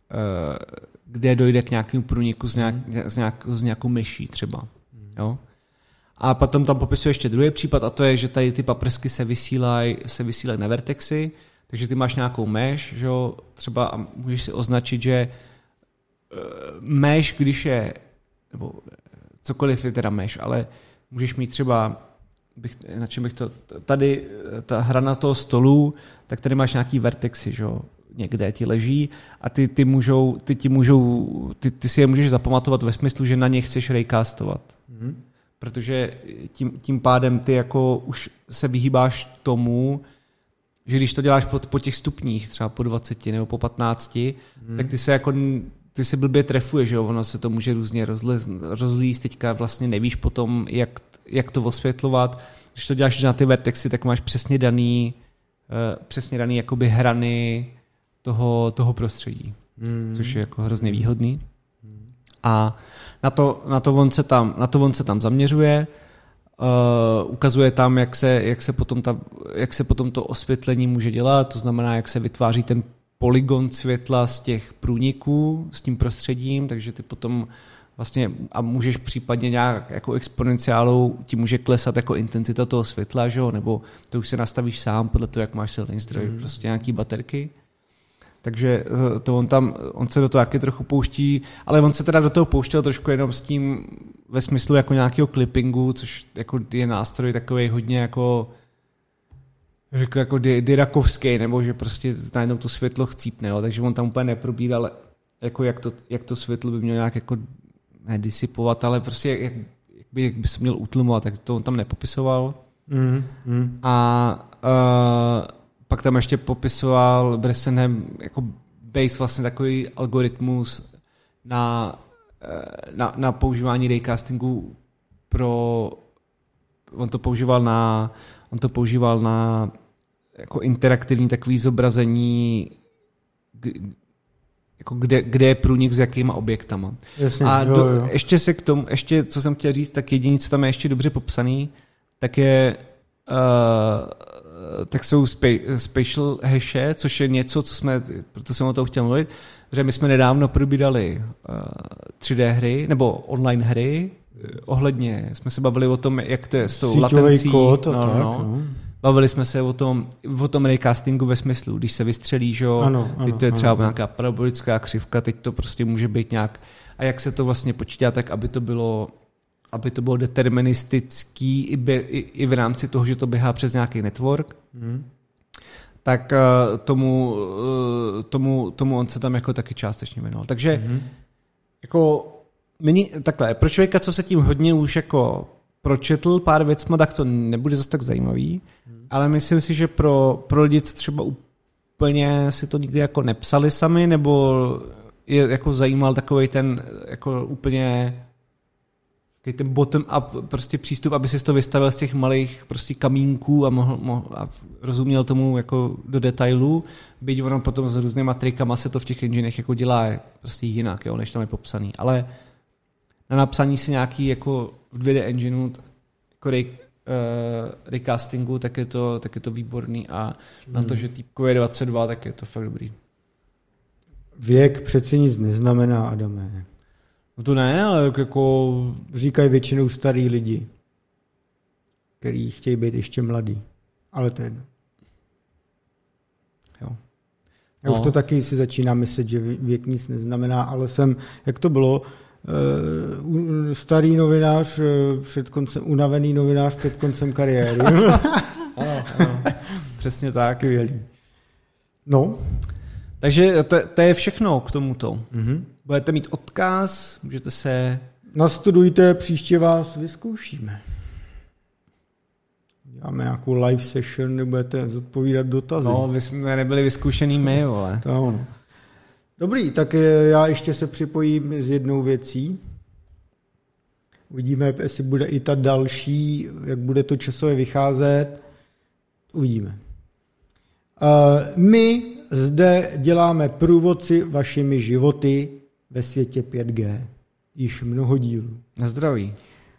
kde dojde k nějakému průniku z, nějak, mm. z, nějak, z nějakou myší třeba, mm. jo. A potom tam popisuje ještě druhý případ a to je, že tady ty paprsky se vysílají se vysílají na vertexy, takže ty máš nějakou mesh, že jo, třeba a můžeš si označit, že uh, mesh, když je, nebo cokoliv je teda mesh, ale můžeš mít třeba, bych, na čem bych to, tady ta hra na toho stolu, tak tady máš nějaký vertexy, že jo, někde ti leží a ty, ty, můžou, ty, ti můžou, ty, ty si je můžeš zapamatovat ve smyslu, že na ně chceš raycastovat. Mm-hmm. Protože tím, tím pádem ty jako už se vyhýbáš tomu, že když to děláš po, po těch stupních, třeba po dvaceti nebo po patnácti, hmm. tak ty se jako ty se blbě trefuješ, že jo, ono se to může různě rozlez, rozlíst, teďka vlastně nevíš potom, jak, jak to osvětlovat. Když to děláš na ty vertexy, tak máš přesně daný, uh, přesně daný jakoby hrany toho, toho prostředí, hmm. což je jako hrozně výhodný. A na to, na to, on, se tam, na to on se tam zaměřuje, uh, ukazuje tam, jak se, jak, se potom ta, jak se potom to osvětlení může dělat, to znamená, jak se vytváří ten polygon světla z těch průniků s tím prostředím, takže ty potom vlastně, a můžeš případně nějak jako exponenciálou, ti může klesat jako intenzita toho světla, že jo? Nebo to už se nastavíš sám podle toho, jak máš silný zdroj, mm. prostě nějaký baterky. Takže to on tam, on se do toho taky trochu pouští, ale on se teda do toho pouštěl trošku jenom s tím ve smyslu jako nějakého clippingu, což jako je nástroj takovej hodně jako řekl jako dirakovský, nebo že prostě najednou to světlo chcípne, jo? Takže on tam úplně neprobíral, jako jak to, jak to světlo by mělo nějak jako nedisipovat, ale prostě jak, jak, by, jak by se měl utlumovat, tak to on tam nepopisoval. Mm, mm. A uh, pak tam ještě popisoval Bressenham jako base vlastně takový algoritmus na, na, na používání raycastingu pro, on to používal na, on to používal na jako interaktivní takový zobrazení, jako kde, kde je průnik s jakýma objektama. Jasně, a jo, do, jo. ještě se k tomu, ještě co jsem chtěl říct, tak jediné, co tam je ještě dobře popsaný, tak je uh, tak jsou spatial hashe, což je něco, co jsme, proto jsem o tom chtěl mluvit, že my jsme nedávno probírali uh, tři dé hry, nebo online hry, ohledně, jsme se bavili o tom, jak to je s tou latencí. Kód a no, tak, no. No. Bavili jsme se o tom, o tom raycastingu ve smyslu, když se vystřelí, že jo, ano, ano, teď to je třeba ano. nějaká parabolická křivka, teď to prostě může být nějak, a jak se to vlastně počítá tak, aby to bylo aby to bylo deterministický i, be, i, i v rámci toho, že to běhá přes nějaký network, hmm. tak uh, tomu, uh, tomu, tomu on se tam jako taky částečně věnoval. Takže mm-hmm. jako není, takhle, pro člověka, co se tím hodně už jako pročetl pár věcma, tak to nebude zase tak zajímavý, mm. ale myslím si, že pro, pro lidi třeba úplně si to nikdy jako nepsali sami, nebo je jako zajímal takovej ten jako úplně ten bottom up prostě přístup, aby si to vystavil z těch malých prostě kamínků a, mohl, mohl, a rozuměl tomu jako do detailů, byť ono potom s různýma trikama se to v těch enginech jako dělá prostě jinak, jo, než tam je popsaný, ale na napsaní si nějaký jako v dvě dé engineu jako re, uh, recastingu, tak je, to, tak je to výborný a hmm. na to, že týpko je dvacet dva, tak je to fakt dobrý. Věk přeci nic neznamená, Adame. No to ne, ale jako... Říkají většinou starý lidi, který chtějí být ještě mladý. Ale to je jedno. Jo. Já no. už to taky si začínám myslet, že věk nic neznamená, ale jsem, jak to bylo, uh, starý novinář uh, před koncem, unavený novinář před koncem kariéry. ano, ano. Přesně tak. Skvělý. No. Takže to, to je všechno k tomuto. Mm-hmm. Budete mít odkaz, můžete se... Nastudujte, příště vás vyzkoušíme. Děláme nějakou live session, nebudete zodpovídat dotazy. No, my jsme nebyli vyzkoušený my, vole. To ono. Dobrý, tak já ještě se připojím s jednou věcí. Uvidíme, jestli bude i ta další, jak bude to časově vycházet. Uvidíme. My zde děláme průvodci vašimi životy ve světě pět gé. Již mnoho dílů. Na zdraví.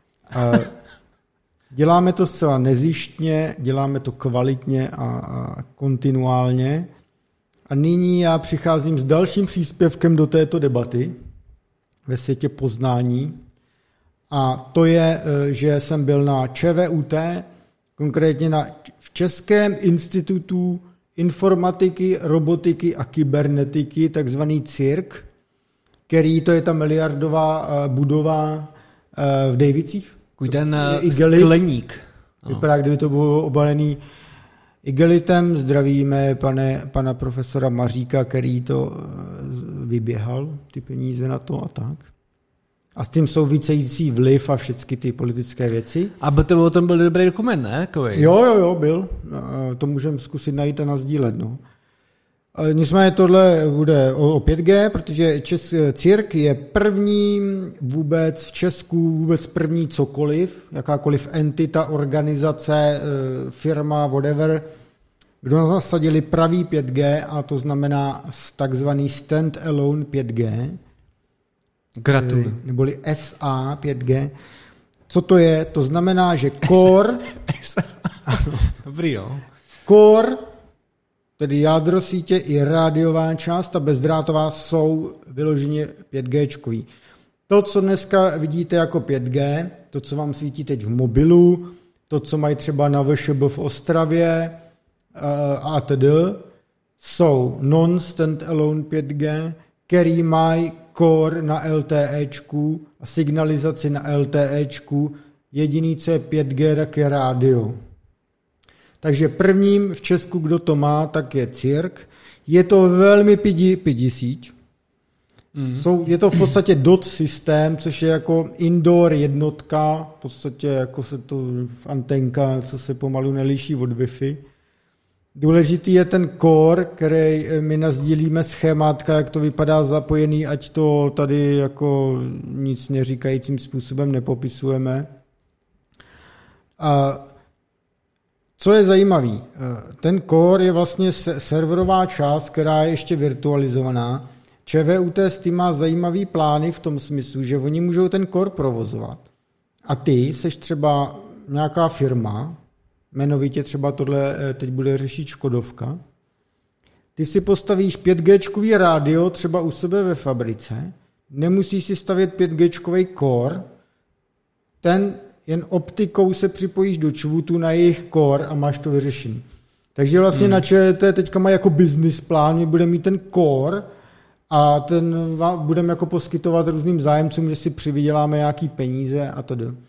Děláme to zcela nezištně, děláme to kvalitně a, a kontinuálně. A nyní já přicházím s dalším příspěvkem do této debaty ve světě poznání. A to je, že jsem byl na ČVUT, konkrétně na, v Českém institutu informatiky, robotiky a kybernetiky, takzvaný C I R K, který to je ta miliardová budova v Dejvicích. Ten skleník. Vypadá, kdyby to bylo obalený igelitem. Zdravíme pane, pana profesora Maříka, který to vyběhal, ty peníze na to a tak. A s tím související vliv a všechny ty politické věci. A to o tom byl dobrý dokument, ne? Kovej. Jo, jo, jo, byl. To můžeme zkusit najít a nasdílet, no. Nicméně tohle bude o pět gé, protože Čes, C I R K je první vůbec v Česku, vůbec první cokoliv, jakákoliv entita, organizace, firma, whatever, kdo nasadili pravý pět gé, a to znamená takzvaný stand-alone pět gé. Gratuluji. Neboli S A pět gé. Co to je? To znamená, že core... Dobrý, jo. Core, tedy jádro sítě i rádiová část a bezdrátová jsou vyloženě pět géčkový. To, co dneska vidíte jako pět gé, to, co vám svítí teď v mobilu, to, co mají třeba na V Š B v Ostravě a td., jsou non-standalone pět gé, který mají core na L T Ečku a signalizaci na L T Ečku. Jediný, co je pět gé, tak je rádio. Takže prvním v Česku, kdo to má, tak je C I R K. Je to velmi pidi, pidi síť. Mm. Jsou, je to v podstatě D O T systém, což je jako indoor jednotka, v podstatě jako se to v antenka, co se pomalu neliší od Wi-Fi. Důležitý je ten core, který my nasdílíme schémátka, jak to vypadá zapojený, ať to tady jako nic neříkajícím způsobem nepopisujeme. A co je zajímavý, ten core je vlastně serverová část, která je ještě virtualizovaná. ČVUT s tím má zajímavý plány v tom smyslu, že oni můžou ten core provozovat. A ty seš třeba nějaká firma, jmenovitě třeba tohle teď bude řešit Škodovka. Ty si postavíš pět géčkový rádio třeba u sebe ve fabrice, nemusíš si stavět pět géčkový core, ten jen optikou se připojíš do čvutu na jejich core a máš to vyřešený. Takže vlastně hmm. na ČT teďka má jako business plán, my budeme mít ten core a ten budeme jako poskytovat různým zájemcům, že si přivyděláme nějaký peníze a to jde. Uh, uh,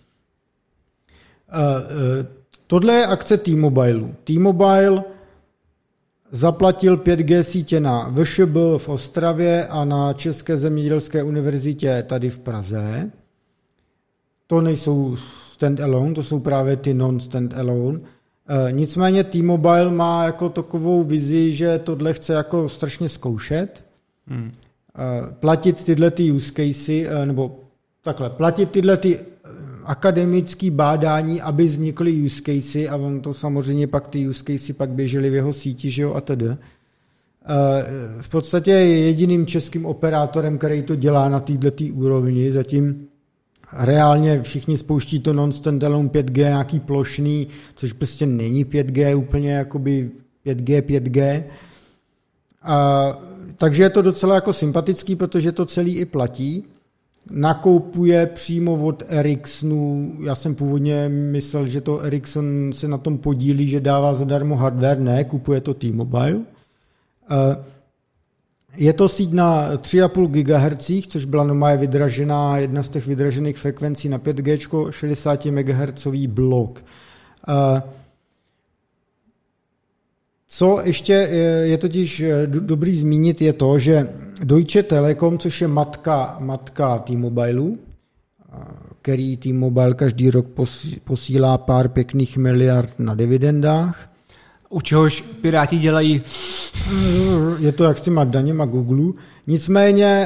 Tohle je akce T-Mobile. T-Mobile zaplatil pět gé sítě na V Š B v Ostravě a na České zemědělské univerzitě tady v Praze. To nejsou stand-alone, to jsou právě ty non-stand-alone. E, nicméně T-Mobile má jako takovou vizi, že tohle chce jako strašně zkoušet. Hmm. E, platit tyhle ty use casey, e, nebo takhle, platit tyhle ty akademické bádání, aby vznikly use casey a on to samozřejmě pak ty use casey pak běžely v jeho síti, že jo, a tedy. E, v podstatě je jediným českým operátorem, který to dělá na této úrovni, zatím reálně všichni spouští to non-standalone pět gé, nějaký plošný, což prostě není pět gé, úplně jakoby pět gé, pět gé. A, takže je to docela jako sympatický, protože to celý i platí. Nakoupuje přímo od Ericssonu, já jsem původně myslel, že to Ericsson se na tom podílí, že dává zadarmo hardware, ne, kupuje to T-Mobile. Je to síť na tři a půl gigahertz, což byla normálně vydražená, jedna z těch vydražených frekvencí na pět gé, šedesát megahertzů blok. Co ještě je totiž dobrý zmínit, je to, že Deutsche Telekom, což je matka, matka T-Mobileu, který T-Mobile každý rok posílá pár pěkných miliard na dividendách. U čehož Piráti dělají... Je to jak s těma daněma Google. Nicméně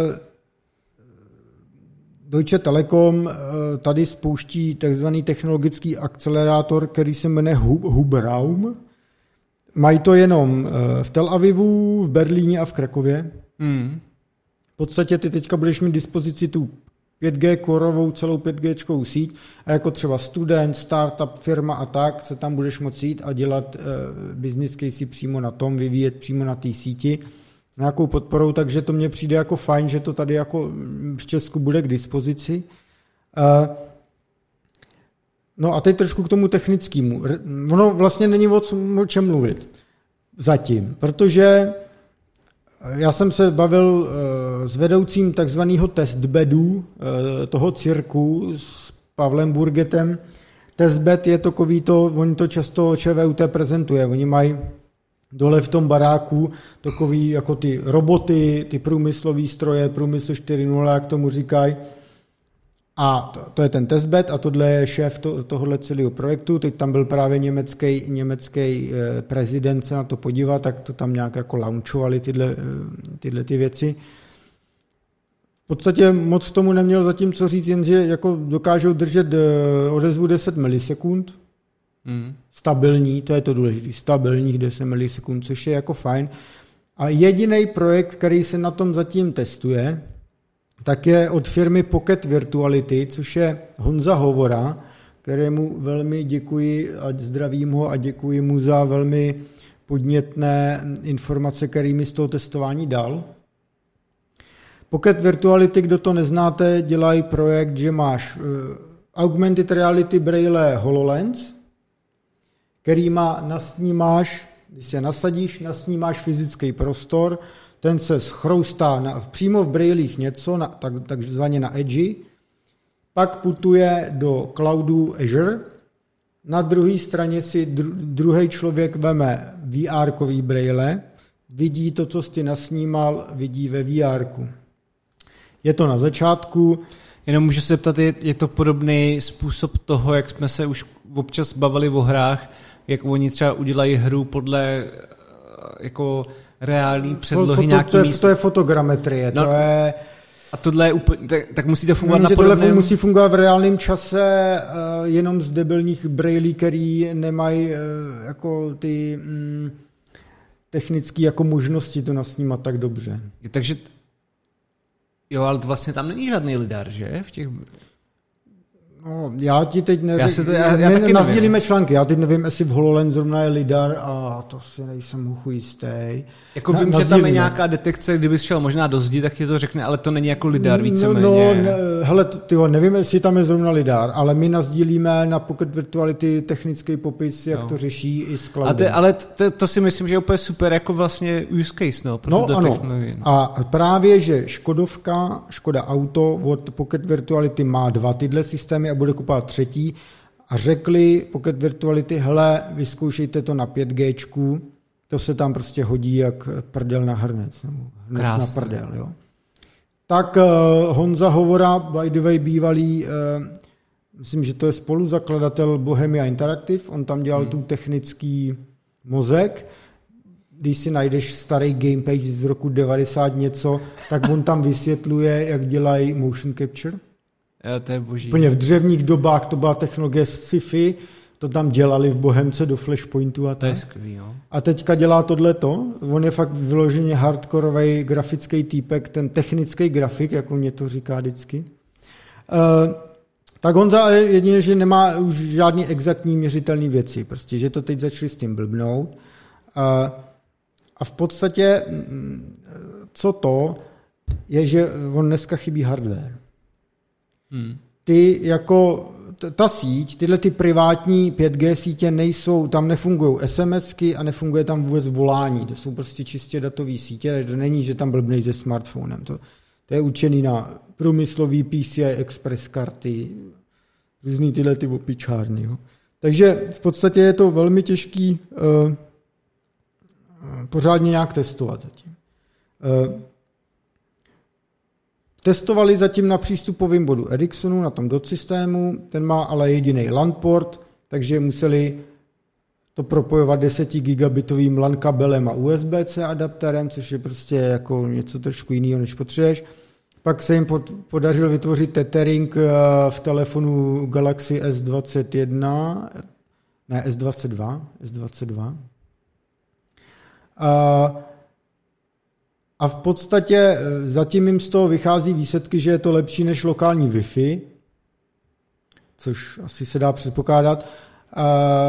Deutsche Telekom tady spouští takzvaný technologický akcelerátor, který se jmenuje Hubraum. Mají to jenom v Tel Avivu, v Berlíně a v Krakově. Hmm. V podstatě ty teďka budeš mít dispozici tu pět gé korovou celou pět géčkou síť a jako třeba student, startup, firma a tak se tam budeš moct jít a dělat uh, business case přímo na tom, vyvíjet přímo na té síti nějakou podporou, takže to mně přijde jako fajn, že to tady jako v Česku bude k dispozici. Uh, no a teď trošku k tomu technickému. Ono vlastně není o čem mluvit zatím, protože já jsem se bavil s vedoucím takzvaného testbedu toho cirku s Pavlem Burgetem. Testbed je takový to, oni to často ČVUT prezentuje, oni mají dole v tom baráku takový jako ty roboty, ty průmyslové stroje, průmysl čtyři tečka nula, jak tomu říkají. A to, to je ten testbed a tohle je šéf to, tohohle celého projektu. Teď tam byl právě německý, německý prezident se na to podívat, tak to tam nějak jako launchovali tyhle, tyhle ty věci. V podstatě moc k tomu neměl zatím co říct, jenže jako dokážou držet odezvu deset milisekund. Hmm. Stabilní, to je to důležité, stabilních deset milisekund, což je jako fajn. A jediný projekt, který se na tom zatím testuje, tak je od firmy Pocket Virtuality, což je Honza Hovora, kterému velmi děkuji a zdravím ho a děkuji mu za velmi podnětné informace, které mi z toho testování dal. Pocket Virtuality, kdo to neznáte, dělají projekt, že máš augmented reality braille HoloLens, kterýma nasnímáš, když se nasadíš, nasnímáš fyzický prostor, ten se schroustá na, přímo v brailích něco, na, tak, takzvaně na edži, pak putuje do cloudu Azure, na druhé straně si dru, druhý člověk veme V R-kový braille, vidí to, co jsi nasnímal, vidí ve V R-ku. Je to na začátku. Jenom můžu se zeptat, je, je to podobný způsob toho, jak jsme se už občas bavili o hrách, jak oni třeba udělají hru podle jako reální předlohy Foto, nějaký to, je, místo. to je fotogrametrie, no, to je... A tohle je úplně, tak, tak musí to fungovat no, na podobném... Tohle musí fungovat v reálném čase, uh, jenom z debilních brailí, který nemají uh, jako ty mm, technické jako možnosti to nasnímat tak dobře. Takže, jo, ale to vlastně tam není žádný lidar, že? V těch... No, já ti teď neřeknu, já se to, já, já my taky nazdílíme články, já teď nevím, jestli v HoloLens zrovna je lidar a to si nejsem uchu jistý. Jako vím, Na, že tam je nějaká detekce, kdybys šel možná do zdi, tak ti to řekne, ale to není jako lidar víceméně. No, no ne, hele, tyho, nevím, jestli tam je zrovna lidar, ale my nazdílíme na Pocket Virtuality technický popis, jak no. to řeší i s cloudem. A te, ale to, to si myslím, že je úplně super jako vlastně use case, no. No ano, a právě, že Škodovka, Škoda Auto od Pocket Virtuality má dva tyhle systémy a bude kupovat třetí a řekli Pocket Virtuality, hele, vyzkoušejte to na pět géčku, to se tam prostě hodí jak prdel na hrnec, nebo hrnec na prdel, jo. Tak uh, Honza Hovora, by the way, bývalý, uh, myslím, že to je spoluzakladatel Bohemia Interactive, on tam dělal hmm. tu technický mozek. Když si najdeš starý gamepage z roku devadesát něco, tak on tam vysvětluje, jak dělají motion capture. Jo, to je boží. Úplně v dřevních dobách to byla technologie sci-fi, to tam dělali v Bohemce do Flashpointu a tak. To je skvělý, jo. A teďka dělá tohleto. On je fakt vyloženě hardkorový grafický týpek, ten technický grafik, jako mě to říká vždycky. Uh, tak Honza je jedině, že nemá už žádný exaktní měřitelné věci, prostě, že to teď začali s tím blbnout. Uh, a v podstatě, co to, je, že on dneska chybí hardware. Hmm. Ty jako, ta síť, tyhle ty privátní pět G sítě nejsou, tam nefungují SMSky a nefunguje tam vůbec volání, to jsou prostě čistě datové sítě, to není, že tam blbnej se smartphonem, to, to je určený na průmyslový P C I Express karty, různý tyhle ty opičárny. Jo. Takže v podstatě je to velmi těžký uh, pořádně nějak testovat zatím. Uh, Testovali zatím na přístupovém bodu Ericssonu, na tom dot systému, ten má ale jediný LAN port, takže museli to propojovat deset gigabitovým LAN kabelem a U S B C adapterem, což je prostě jako něco trošku jiného, než potřebuješ. Pak se jim podařilo vytvořit tethering v telefonu Galaxy S dvacet jedna, ne S dvacet dva, S dvacet dva. A A v podstatě zatím jim z toho vychází výsledky, že je to lepší než lokální Wi-Fi, což asi se dá předpokládat. A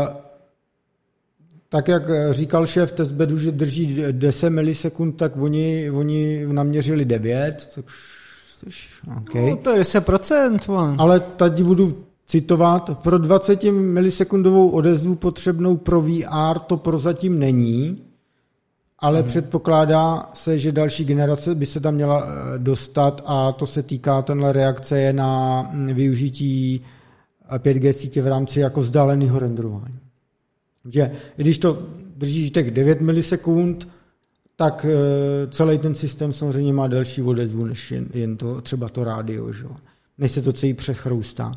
tak, jak říkal šéf testbedu, že drží deset milisekund, tak oni, oni naměřili devět, což, což okay. No, to je deset procent. Man. Ale tady budu citovat, pro dvacet milisekundovou odezvu potřebnou pro V R to prozatím není, ale hmm. předpokládá se, že další generace by se tam měla dostat a to se týká, tenhle reakce je na využití pět G sítě v rámci jako vzdáleného renderování. Že když to držíš těch devět milisekund, tak celý ten systém samozřejmě má delší odezvu, než jen, jen to, třeba to rádio, že? Než se to celý přechroustá.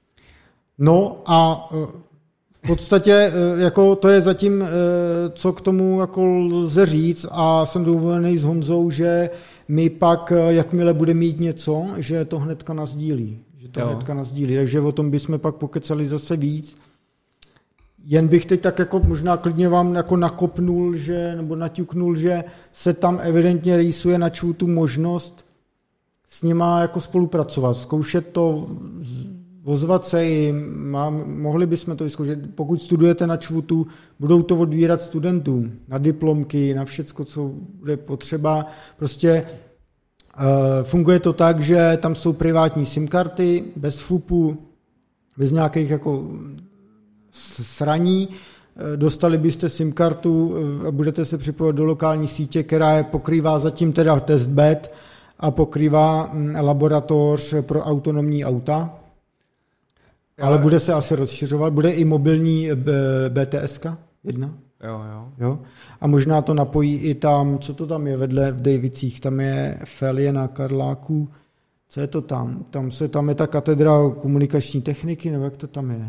No a v podstatě jako to je zatím, co k tomu jako lze říct a jsem domluvený s Honzou, že my pak, jakmile bude mít něco, že to hnedka nasdílí. Že to jo. hnedka nasdílí, takže o tom bychom pak pokecali zase víc. Jen bych teď tak jako možná klidně vám jako nakopnul, že, nebo naťuknul, že se tam evidentně rýsuje na čvu tu možnost s nima jako spolupracovat, zkoušet to, ozvat se jim, mám, mohli bychom to vyzkoušet. Pokud studujete na čvutu, budou to odvírat studentům na diplomky, na všecko, co bude potřeba. Prostě uh, funguje to tak, že tam jsou privátní SIM karty, bez F U P u, bez nějakých jako sraní. Dostali byste SIM kartu a budete se připojit do lokální sítě, která je pokrývá zatím teda testbed a pokrývá laboratoř pro autonomní auta. Ale bude se asi rozšiřovat. Bude i mobilní B T S jedna. Jo, jo. jo. A možná to napojí i tam, co to tam je vedle v Davicích. Tam je Felie na Karláku. Co je to tam? Tam, se, tam je ta katedra komunikační techniky, nebo jak to tam je?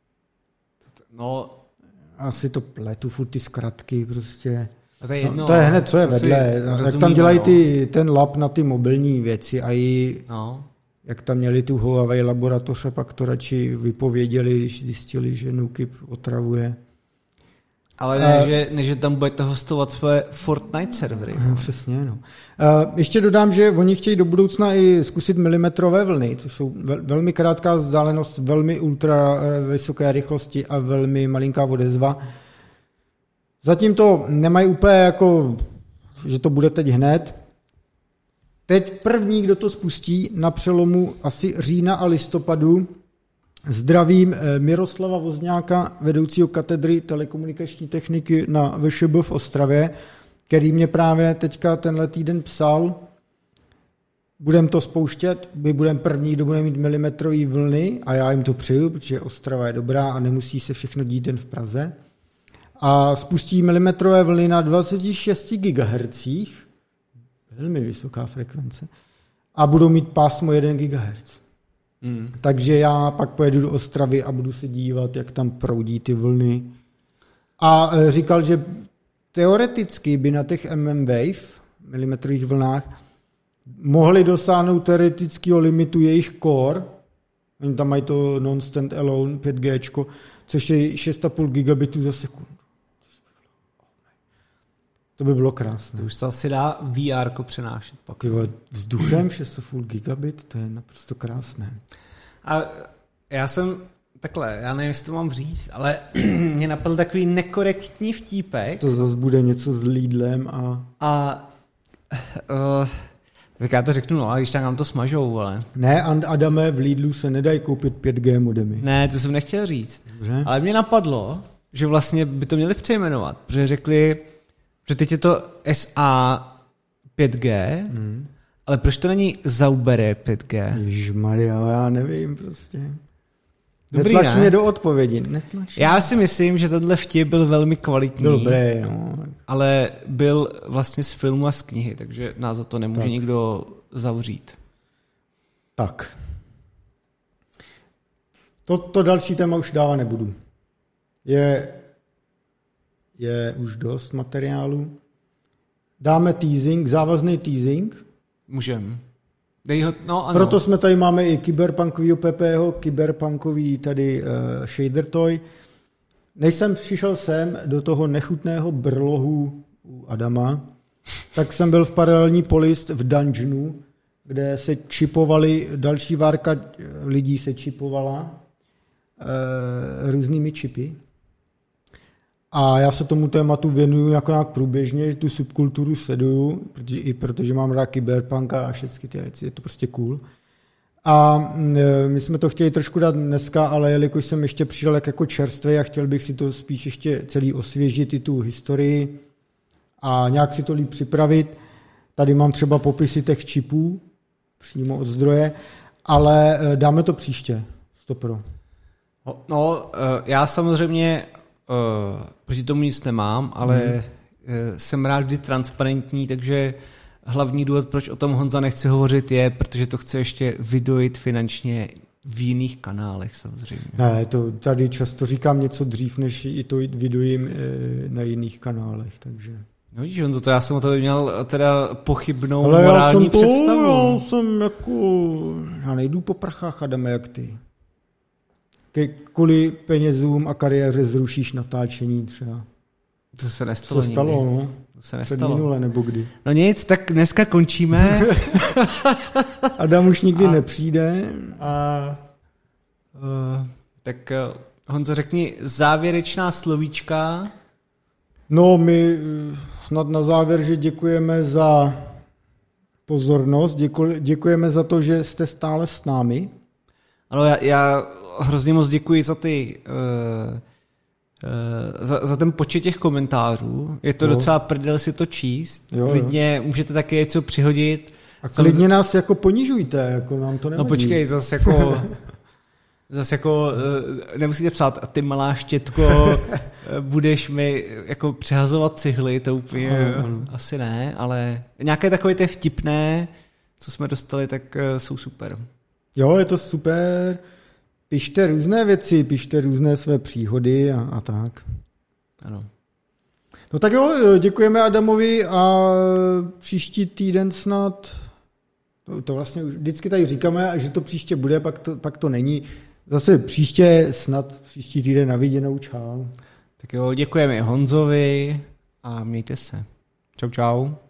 No, asi to pletu, furt ty zkratky prostě. A to je jedno. No, to je hned, co je vedle. Jak tam dělají ty, ten lab na ty mobilní věci a i no. jak tam měli tu Huawei laboratoř a pak to radši vypověděli, když zjistili, že NuKip otravuje. Ale ne, a, že, ne, že tam budete hostovat své Fortnite servery. No, přesně, no. A ještě dodám, že oni chtějí do budoucna i zkusit milimetrové vlny, což jsou vel, velmi krátká vzdálenost, velmi ultra vysoké rychlosti a velmi malinká odezva. Zatím to nemají úplně jako, že to bude teď hned. Teď první, kdo to spustí na přelomu asi října a listopadu, zdravím Miroslava Vozňáka, vedoucího katedry telekomunikační techniky na V Š B v Ostravě, který mě právě teďka tenhle týden psal. Budeme to spouštět, my budeme první, kdo bude mít milimetrový vlny a já jim to přeju, protože Ostrava je dobrá a nemusí se všechno dít jen v Praze. a spustí milimetrové vlny na dvacet šest gigahertzů, velmi vysoká frekvence, a budou mít pásmo jedna gigahertz. Hmm. Takže já pak pojedu do Ostravy a budu se dívat, jak tam proudí ty vlny. A říkal, že teoreticky by na těch M M Wave, milimetrových vlnách, mohli dosáhnout teoretického limitu jejich core. Oni tam mají to non-stand-alone pět G, což je šest a půl gigabitů za sekundu. To by bylo krásné. To už se asi dá V R ko přenášet. Pak. Ty vole, vzduchem šest a půl gigabit, to je naprosto krásné. A já jsem, takhle, já nevím, jestli to mám říct, ale mě napadl takový nekorektní vtípek. To zase bude něco s Lidlem a... A... Uh, tak já to řeknu, no, a když tak nám to smažou, ale... Ne, Adame, v Lidlu se nedají koupit pět G modemy. Ne, to jsem nechtěl říct. Dobře. Ale mě napadlo, že vlastně by to měli přejmenovat, protože řekli, že teď je to S A pět G, hmm. ale proč to není Zaubere pět G? Ježišmarja, já nevím prostě. Dobrý, Netlač ne? mě do odpovědi. Netlač já si myslím, že tenhle vtip byl velmi kvalitní. Dobré, no. Ale byl vlastně z filmu a z knihy, takže nás za to nemůže tak. nikdo zavřít. Tak. To, to další téma už dávat nebudu. Je, je už dost materiálu. Dáme teasing, závazný teasing. Můžem. Dej ho, no, ano. Proto jsme tady máme i kyberpunkovýho Pepeho, kyberpunkový tady uh, shader toy. Než jsem přišel sem do toho nechutného brlohu u Adama, tak jsem byl v paralelní polis v dungeonu, kde se čipovali, další várka lidí se čipovala e, různými čipy. A já se tomu tématu věnuju jako nějak průběžně, že tu subkulturu sleduju, protože, i protože mám rád kyberpunka a všechny ty věci, je to prostě cool. A my jsme to chtěli trošku dát dneska, ale jelikož jsem ještě přišel jako čerstvý a chtěl bych si to spíš ještě celý osvěžit, i tu historii a nějak si to líp připravit. Tady mám třeba popisy těch čipů přímo od zdroje, ale dáme to příště. Stopro. No, já samozřejmě proti tomu nic nemám, ale hmm. jsem rád vždy transparentní, takže hlavní důvod, proč o tom Honza nechce hovořit, je, protože to chce ještě vydojit finančně v jiných kanálech samozřejmě. Ne, to tady často říkám něco dřív, než i to vydojím na jiných kanálech, takže... No víš, Honzo, to já jsem o tobě měl teda pochybnou ale morální já to, představu. Já jsem jako... Já nejdu po prachách, Adame, jak ty. Ke, kvůli penězům a kariéře zrušíš natáčení třeba. To se nestalo Co se stalo, nikdy. no? To se nestalo. Minule, nebo kdy. No nic, tak dneska končíme. Adam už nikdy a, nepřijde. A, uh, tak uh, Honzo, řekni závěrečná slovíčka. No, my snad na závěr, že děkujeme za pozornost, děku, děkujeme za to, že jste stále s námi. Ano, já, já hrozně moc děkuji za ty... Uh, Za, za ten počet těch komentářů. Je to jo. docela prdel si to číst. Jo, klidně jo. můžete taky něco přihodit. A klidně Sam... nás jako ponižujte, jako nám to nevadí. No počkej, zase jako zase jako nemusíte psát a ty malá štětko budeš mi jako přehazovat cihly, to úplně ano, ano. asi ne, ale nějaké takové ty vtipné, co jsme dostali, tak jsou super. Jo, je to super. Pište různé věci, pište různé své příhody a, a tak. Ano. No tak jo, děkujeme Adamovi a příští týden snad, to, to vlastně už vždycky tady říkáme, že to příště bude, pak to, pak to není. Zase příště, snad příští týden na viděnou, čau. Tak jo, děkujeme Honzovi a mějte se. Čau, čau.